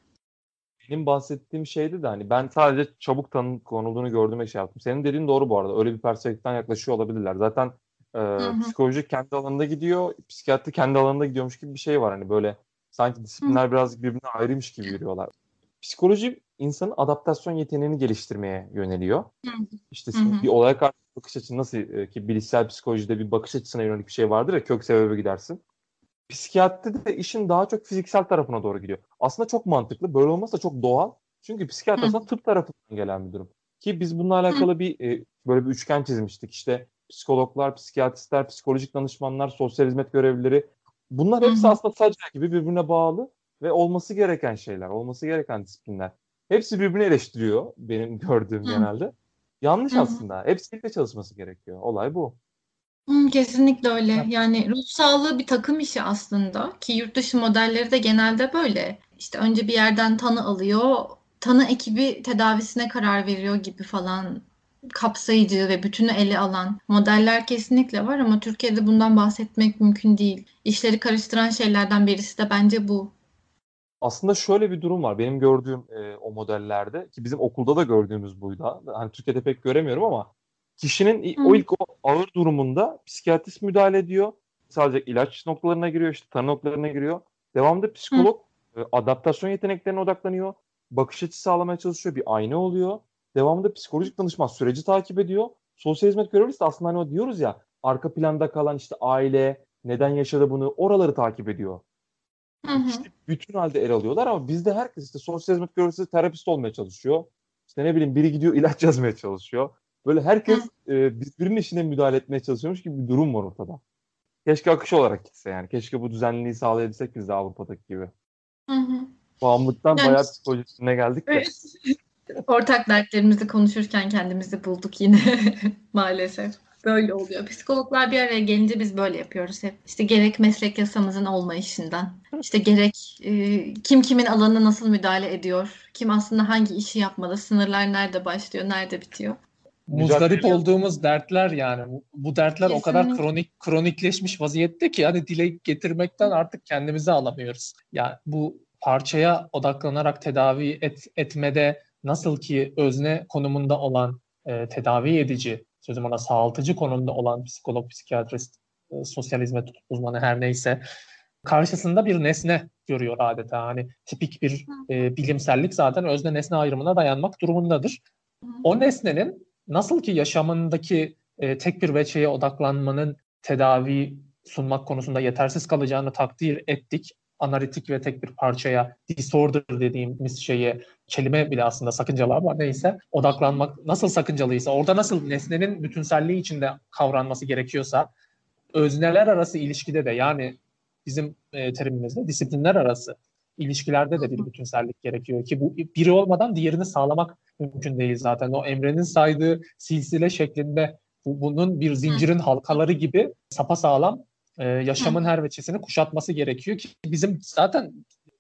benim bahsettiğim şeydi de hani ben sadece çabuk tanı konulduğunu gördüğüme şey yaptım. Senin dediğin doğru bu arada. Öyle bir perspektiften yaklaşıyor olabilirler. Zaten Hı e, hı, psikoloji kendi alanında gidiyor, psikiyatri kendi alanında gidiyormuş gibi bir şey var. Hani böyle sanki hı disiplinler birazcık birbirine ayrıymış gibi yürüyorlar. Psikoloji insanın adaptasyon yeteneğini geliştirmeye yöneliyor. hı, İşte hı senin hı, bir olaya karşı bakış açın nasıl e, ki bilişsel psikolojide bir bakış açısına yönelik bir şey vardır ya, kök sebebe gidersin. Psikiyatride de işin daha çok fiziksel tarafına doğru gidiyor. Aslında çok mantıklı. Böyle olması da çok doğal. Çünkü psikiyatri hı aslında tıp tarafından gelen bir durum. Ki biz bununla hı, alakalı bir e, böyle bir üçgen çizmiştik. İşte psikologlar, psikiyatristler, psikolojik danışmanlar, sosyal hizmet görevlileri. Bunlar hı hepsi hı, aslında saç gibi birbirine bağlı ve olması gereken şeyler, olması gereken disiplinler. Hepsi birbirini eleştiriyor benim gördüğüm hı genelde. Yanlış hı. aslında. Hepsi birlikte çalışması gerekiyor. Olay bu. Hı, kesinlikle öyle. Yani ruh sağlığı bir takım işi aslında ki yurt dışı modelleri de genelde böyle. İşte önce bir yerden tanı alıyor, tanı ekibi tedavisine karar veriyor gibi falan, kapsayıcı ve bütünü ele alan modeller kesinlikle var ama Türkiye'de bundan bahsetmek mümkün değil. İşleri karıştıran şeylerden birisi de bence bu. Aslında şöyle bir durum var. Benim gördüğüm e, o modellerde ki bizim okulda da gördüğümüz buydu. Hani Türkiye'de pek göremiyorum ama kişinin i- o Hı ilk o ağır durumunda psikiyatrist müdahale ediyor. Sadece ilaç noktalarına giriyor, işte tanı noktalarına giriyor. Devamında hı psikolog e, adaptasyon yeteneklerine odaklanıyor. Bakış açısı sağlamaya çalışıyor. Bir ayna oluyor. Devamında psikolojik danışman süreci takip ediyor. Sosyal hizmet görevlisi de aslında hani o diyoruz ya, arka planda kalan işte aile neden yaşadı bunu, oraları takip ediyor. hı hı. İşte bütün halde ele alıyorlar ama bizde herkes işte sosyal hizmet görevlisi terapist olmaya çalışıyor. İşte ne bileyim biri gidiyor ilaç yazmaya çalışıyor. Böyle Hı herkes e, birbirinin işine müdahale etmeye çalışıyormuş gibi bir durum var ortada. Keşke akış olarak gitse yani. Keşke bu düzenliliği sağlayabilsek biz de Avrupa'daki gibi. hı. Hı. Bağımlılıktan Yani bayağı psikolojisine geldik de. evet, ortak dertlerimizi konuşurken kendimizi bulduk yine maalesef. Böyle oluyor. Psikologlar bir araya gelince biz böyle yapıyoruz hep. İşte gerek meslek yasamızın olmayışından, işte gerek e, kim kimin alanına nasıl müdahale ediyor, kim aslında hangi işi yapmalı, sınırlar nerede başlıyor, nerede bitiyor. Muzdarip Mücadele. olduğumuz dertler yani. Bu, bu dertler o kadar Kesinlikle. kronik kronikleşmiş vaziyette ki hani dile getirmekten artık kendimizi alamıyoruz. Yani bu parçaya odaklanarak tedavi et, etmede nasıl ki özne konumunda olan e, tedavi edici, sözüm ona sağaltıcı konumda olan psikolog, psikiyatrist, e, sosyal hizmet uzmanı her neyse karşısında bir nesne görüyor adeta. Hani tipik bir e, bilimsellik zaten özne nesne ayrımına dayanmak durumundadır. O nesnenin nasıl ki yaşamındaki e, tek bir veçeye odaklanmanın tedavi sunmak konusunda yetersiz kalacağını takdir ettik. Analitik ve tek bir parçaya disorder dediğimiz şeye kelime bile aslında sakıncalı ama neyse odaklanmak nasıl sakıncalıysa orada nasıl nesnenin bütünselliği içinde kavranması gerekiyorsa özneler arası ilişkide de yani bizim e, terimimizde disiplinler arası ilişkilerde de bir bütünsellik gerekiyor ki bu biri olmadan diğerini sağlamak mümkün değil zaten. O Emre'nin saydığı silsile şeklinde bu, bunun bir zincirin halkaları gibi sapasağlam e, yaşamın her veçesini kuşatması gerekiyor ki bizim zaten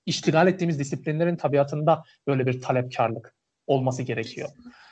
iştigal ettiğimiz disiplinlerin tabiatında böyle bir talepkarlık olması gerekiyor.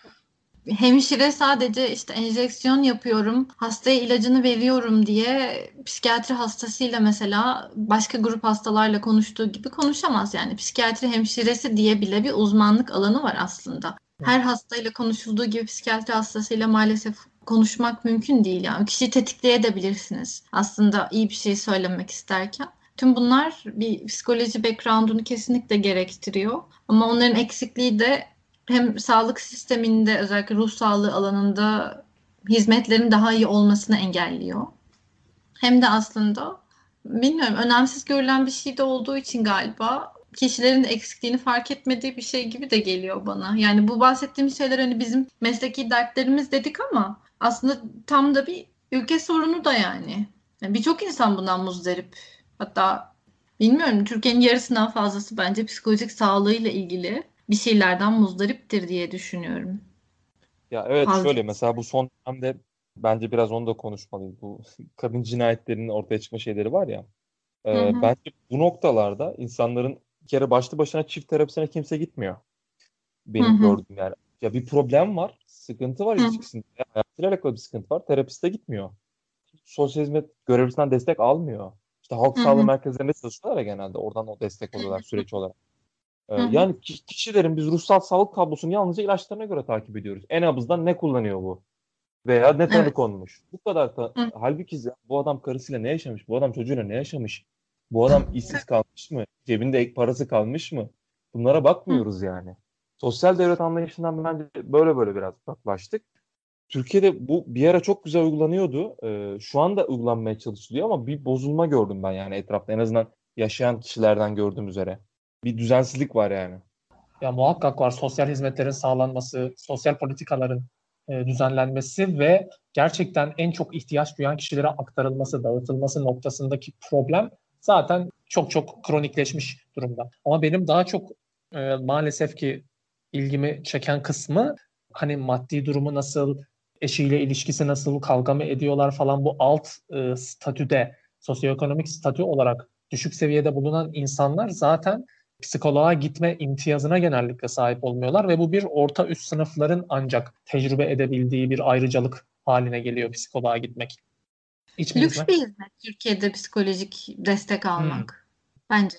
Hemşire sadece işte enjeksiyon yapıyorum, hastaya ilacını veriyorum diye psikiyatri hastasıyla mesela başka grup hastalarla konuştuğu gibi konuşamaz. Yani psikiyatri hemşiresi diye bile bir uzmanlık alanı var aslında. Her hastayla konuşulduğu gibi psikiyatri hastasıyla maalesef konuşmak mümkün değil. Yani kişiyi tetikleyebilirsiniz aslında iyi bir şey söylemek isterken. Tüm bunlar bir psikoloji background'unu kesinlikle gerektiriyor. Ama onların eksikliği de hem sağlık sisteminde özellikle ruh sağlığı alanında hizmetlerin daha iyi olmasını engelliyor. Hem de aslında bilmiyorum önemsiz görülen bir şey de olduğu için galiba kişilerin de eksikliğini fark etmediği bir şey gibi de geliyor bana. Yani bu bahsettiğim şeyler hani bizim mesleki dertlerimiz dedik ama aslında tam da bir ülke sorunu da yani. Yani birçok insan bundan muzdarip. Hatta bilmiyorum Türkiye'nin yarısından fazlası bence psikolojik sağlığıyla ilgili bir şeylerden muzdariptir diye düşünüyorum. Ya evet Fazla. şöyle mesela bu son dönemde bence biraz onu da konuşmalıyız. Bu kadın cinayetlerinin ortaya çıkma şeyleri var ya. Hı E, hı. bence bu noktalarda insanların bir kere başlı başına çift terapisine kimse gitmiyor. Hı Benim hı. gördüğüm yani. Ya bir problem var, sıkıntı var Hı hı. ilişkisinde. Hayatıyla alakalı bir sıkıntı var. Terapiste gitmiyor. Sosyal hizmet görevlisinden destek almıyor. İşte halk Hı sağlığı hı. merkezlerinde çalışıyorlar ya genelde. Oradan o destek alıyorlar süreç olarak. Ee, Hı hı. yani ki- kişilerin biz ruhsal sağlık tablosunu yalnızca ilaçlarına göre takip ediyoruz. En nabızdan ne kullanıyor bu? Veya ne tanı Evet. konmuş? Bu kadar ta- Hı. halbuki ya, bu adam karısıyla ne yaşamış? Bu adam çocuğuyla ne yaşamış? Bu adam işsiz kalmış mı? Cebinde ek parası kalmış mı? Bunlara Hı. bakmıyoruz yani. Sosyal devlet anlayışından bence böyle böyle biraz uzaklaştık. Türkiye'de bu bir ara çok güzel uygulanıyordu. Ee, şu anda uygulanmaya çalışılıyor ama bir bozulma gördüm ben yani etrafta. En azından yaşayan kişilerden gördüğüm üzere. Bir düzensizlik var yani. Ya muhakkak var sosyal hizmetlerin sağlanması, sosyal politikaların e, düzenlenmesi ve gerçekten en çok ihtiyaç duyan kişilere aktarılması, dağıtılması noktasındaki problem zaten çok çok kronikleşmiş durumda. Ama benim daha çok e, maalesef ki ilgimi çeken kısmı hani maddi durumu nasıl, eşiyle ilişkisi nasıl, kavga mı ediyorlar falan bu alt e, statüde, sosyoekonomik statü olarak düşük seviyede bulunan insanlar zaten psikoloğa gitme imtiyazına genellikle sahip olmuyorlar ve bu bir orta üst sınıfların ancak tecrübe edebildiği bir ayrıcalık haline geliyor psikoloğa gitmek. İç mi Lüks bir hizmet? hizmet Türkiye'de psikolojik destek Hmm. almak. Bence.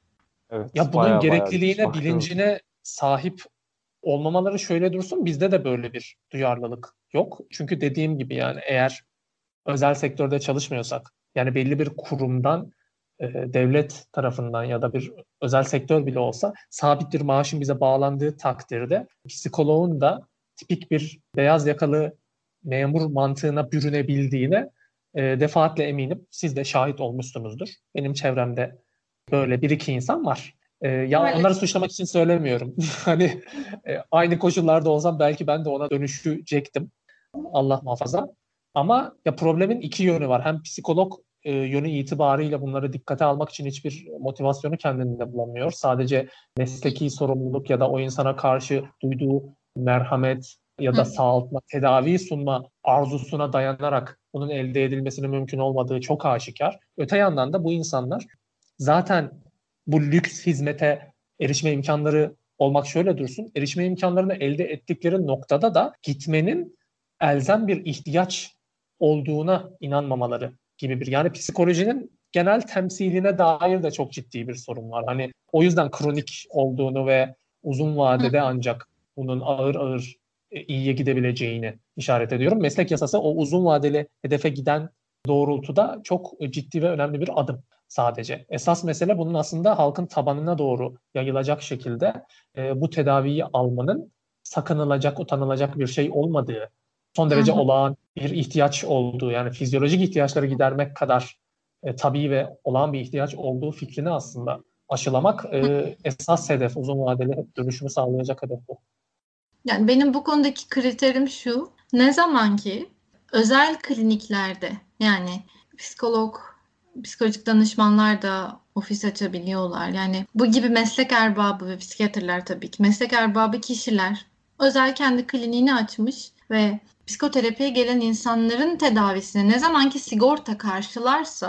Evet, Ya bunun baya baya lüks gerekliliğine, baktığınız. bilincine sahip olmamaları şöyle dursun, bizde de böyle bir duyarlılık yok. Çünkü dediğim gibi yani eğer özel sektörde çalışmıyorsak, yani belli bir kurumdan, e, devlet tarafından ya da bir özel sektör bile olsa sabit bir maaşın bize bağlandığı takdirde psikoloğun da tipik bir beyaz yakalı memur mantığına bürünebildiğine e, defaatle eminim. Siz de şahit olmuşsunuzdur. Benim çevremde böyle bir iki insan var. E, ya onları Maalesef. suçlamak için söylemiyorum. Hani e, aynı koşullarda olsam belki ben de ona dönüşecektim. Allah muhafaza. Ama ya problemin iki yönü var. Hem psikolog e, yönü itibariyle bunları dikkate almak için hiçbir motivasyonu kendinde bulamıyor. Sadece mesleki sorumluluk ya da o insana karşı duyduğu merhamet ya da Hı. sağaltma, tedavi sunma arzusuna dayanarak bunun elde edilmesinin mümkün olmadığı çok aşikar. Öte yandan da bu insanlar zaten bu lüks hizmete erişme imkanları olmak şöyle dursun, erişme imkanlarını elde ettikleri noktada da gitmenin elzem bir ihtiyaç olduğuna inanmamaları gibi bir, yani psikolojinin genel temsiline dair de çok ciddi bir sorun var. Hani o yüzden kronik olduğunu ve uzun Hı. vadede ancak bunun ağır ağır e, iyiye gidebileceğini işaret ediyorum. Meslek yasası o uzun vadeli hedefe giden doğrultuda çok ciddi ve önemli bir adım sadece. Esas mesele bunun aslında halkın tabanına doğru yayılacak şekilde e, bu tedaviyi almanın sakınılacak, utanılacak bir şey olmadığı, son Hı derece hı. olağan bir ihtiyaç olduğu, yani fizyolojik ihtiyaçları gidermek kadar e, tabii ve olağan bir ihtiyaç olduğu fikrini aslında aşılamak e, esas hedef, uzun vadeli dönüşümü sağlayacak hedef bu. Yani benim bu konudaki kriterim şu. Ne zaman ki özel kliniklerde yani psikolog, psikolojik danışmanlar da ofis açabiliyorlar. Yani bu gibi meslek erbabı ve psikiyatrlar tabii ki meslek erbabı kişiler özel kendi kliniğini açmış ve psikoterapiye gelen insanların tedavisini ne zaman ki sigorta karşılarsa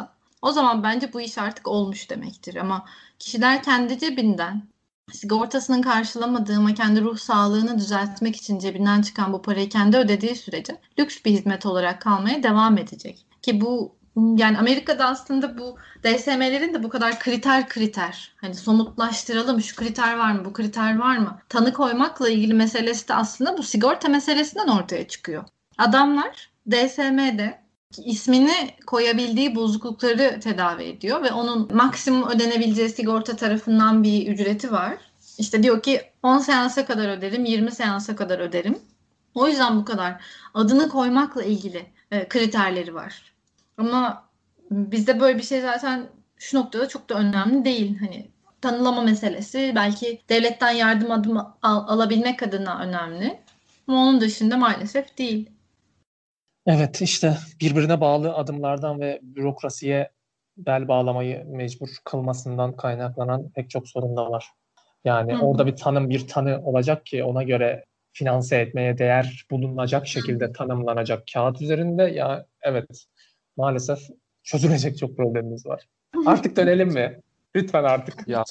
O zaman bence bu iş artık olmuş demektir. Ama kişiler kendi cebinden sigortasının karşılamadığı ama kendi ruh sağlığını düzeltmek için cebinden çıkan bu parayı kendi ödediği sürece lüks bir hizmet olarak kalmaya devam edecek. Ki bu yani Amerika'da aslında bu D S M'lerin de bu kadar kriter kriter hani somutlaştıralım, şu kriter var mı, bu kriter var mı, tanı koymakla ilgili meselesi de aslında bu sigorta meselesinden ortaya çıkıyor. Adamlar D S M'de ismini koyabildiği bozuklukları tedavi ediyor ve onun maksimum ödenebileceği sigorta tarafından bir ücreti var. İşte diyor ki on seansa kadar öderim, yirmi seansa kadar öderim. O yüzden bu kadar adını koymakla ilgili e, kriterleri var. Ama bizde böyle bir şey zaten şu noktada çok da önemli değil. Hani tanılama meselesi belki devletten yardım adım al- alabilmek adına önemli. Ama onun dışında maalesef değil. Evet, işte birbirine bağlı adımlardan ve bürokrasiye bel bağlamayı mecbur kılmasından kaynaklanan pek çok sorun da var. Yani Hı hı. orada bir tanım, bir tanı olacak ki ona göre finanse etmeye değer bulunacak şekilde tanımlanacak kağıt üzerinde. Ya evet, maalesef çözülecek çok problemimiz var. Artık dönelim mi? Lütfen artık. Ya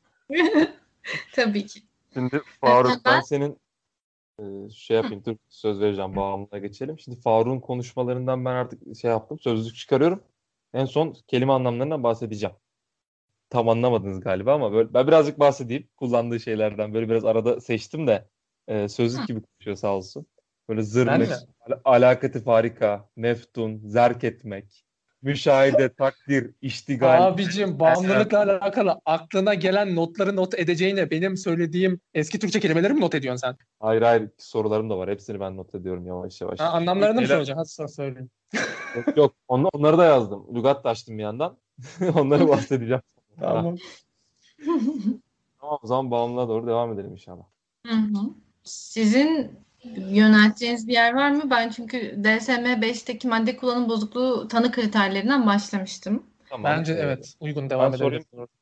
Tabii ki. şimdi Faruk, ben Ben senin e, şey yapayım, dur söz vereceğim, bağımlılığa geçelim. Şimdi Faruk'un konuşmalarından ben artık şey yaptım, sözlük çıkarıyorum. En son kelime anlamlarından bahsedeceğim. Tam anlamadınız galiba ama böyle ben birazcık bahsedeyim kullandığı şeylerden. Böyle biraz arada seçtim de e, sözlük gibi konuşuyor sağ olsun. Böyle Ben zırnık, mi? al- alakati farika, meftun, zerk etmek, müşahede, takdir, iştigal. Abicim, bağımlılıkla alakalı aklına gelen notları not edeceğine benim söylediğim eski Türkçe kelimeleri mi not ediyorsun sen? Hayır hayır, sorularım da var. Hepsini ben not ediyorum yavaş yavaş. Ha, anlamlarını mı Şeyler- soracaksın? Hadi sonra söyle. Yok yok, Onla- onları da yazdım. Lügat da açtım bir yandan. Onları bahsedeceğim. Tamam. Tamam, o zaman bağımlılığa doğru devam edelim inşallah. Hı hı. Sizin yönelteceğiniz bir yer var mı? Ben çünkü D S M beşteki madde kullanım bozukluğu tanı kriterlerinden başlamıştım. Tamam. Bence e, evet, uygun ben devam sorayım. edebiliriz.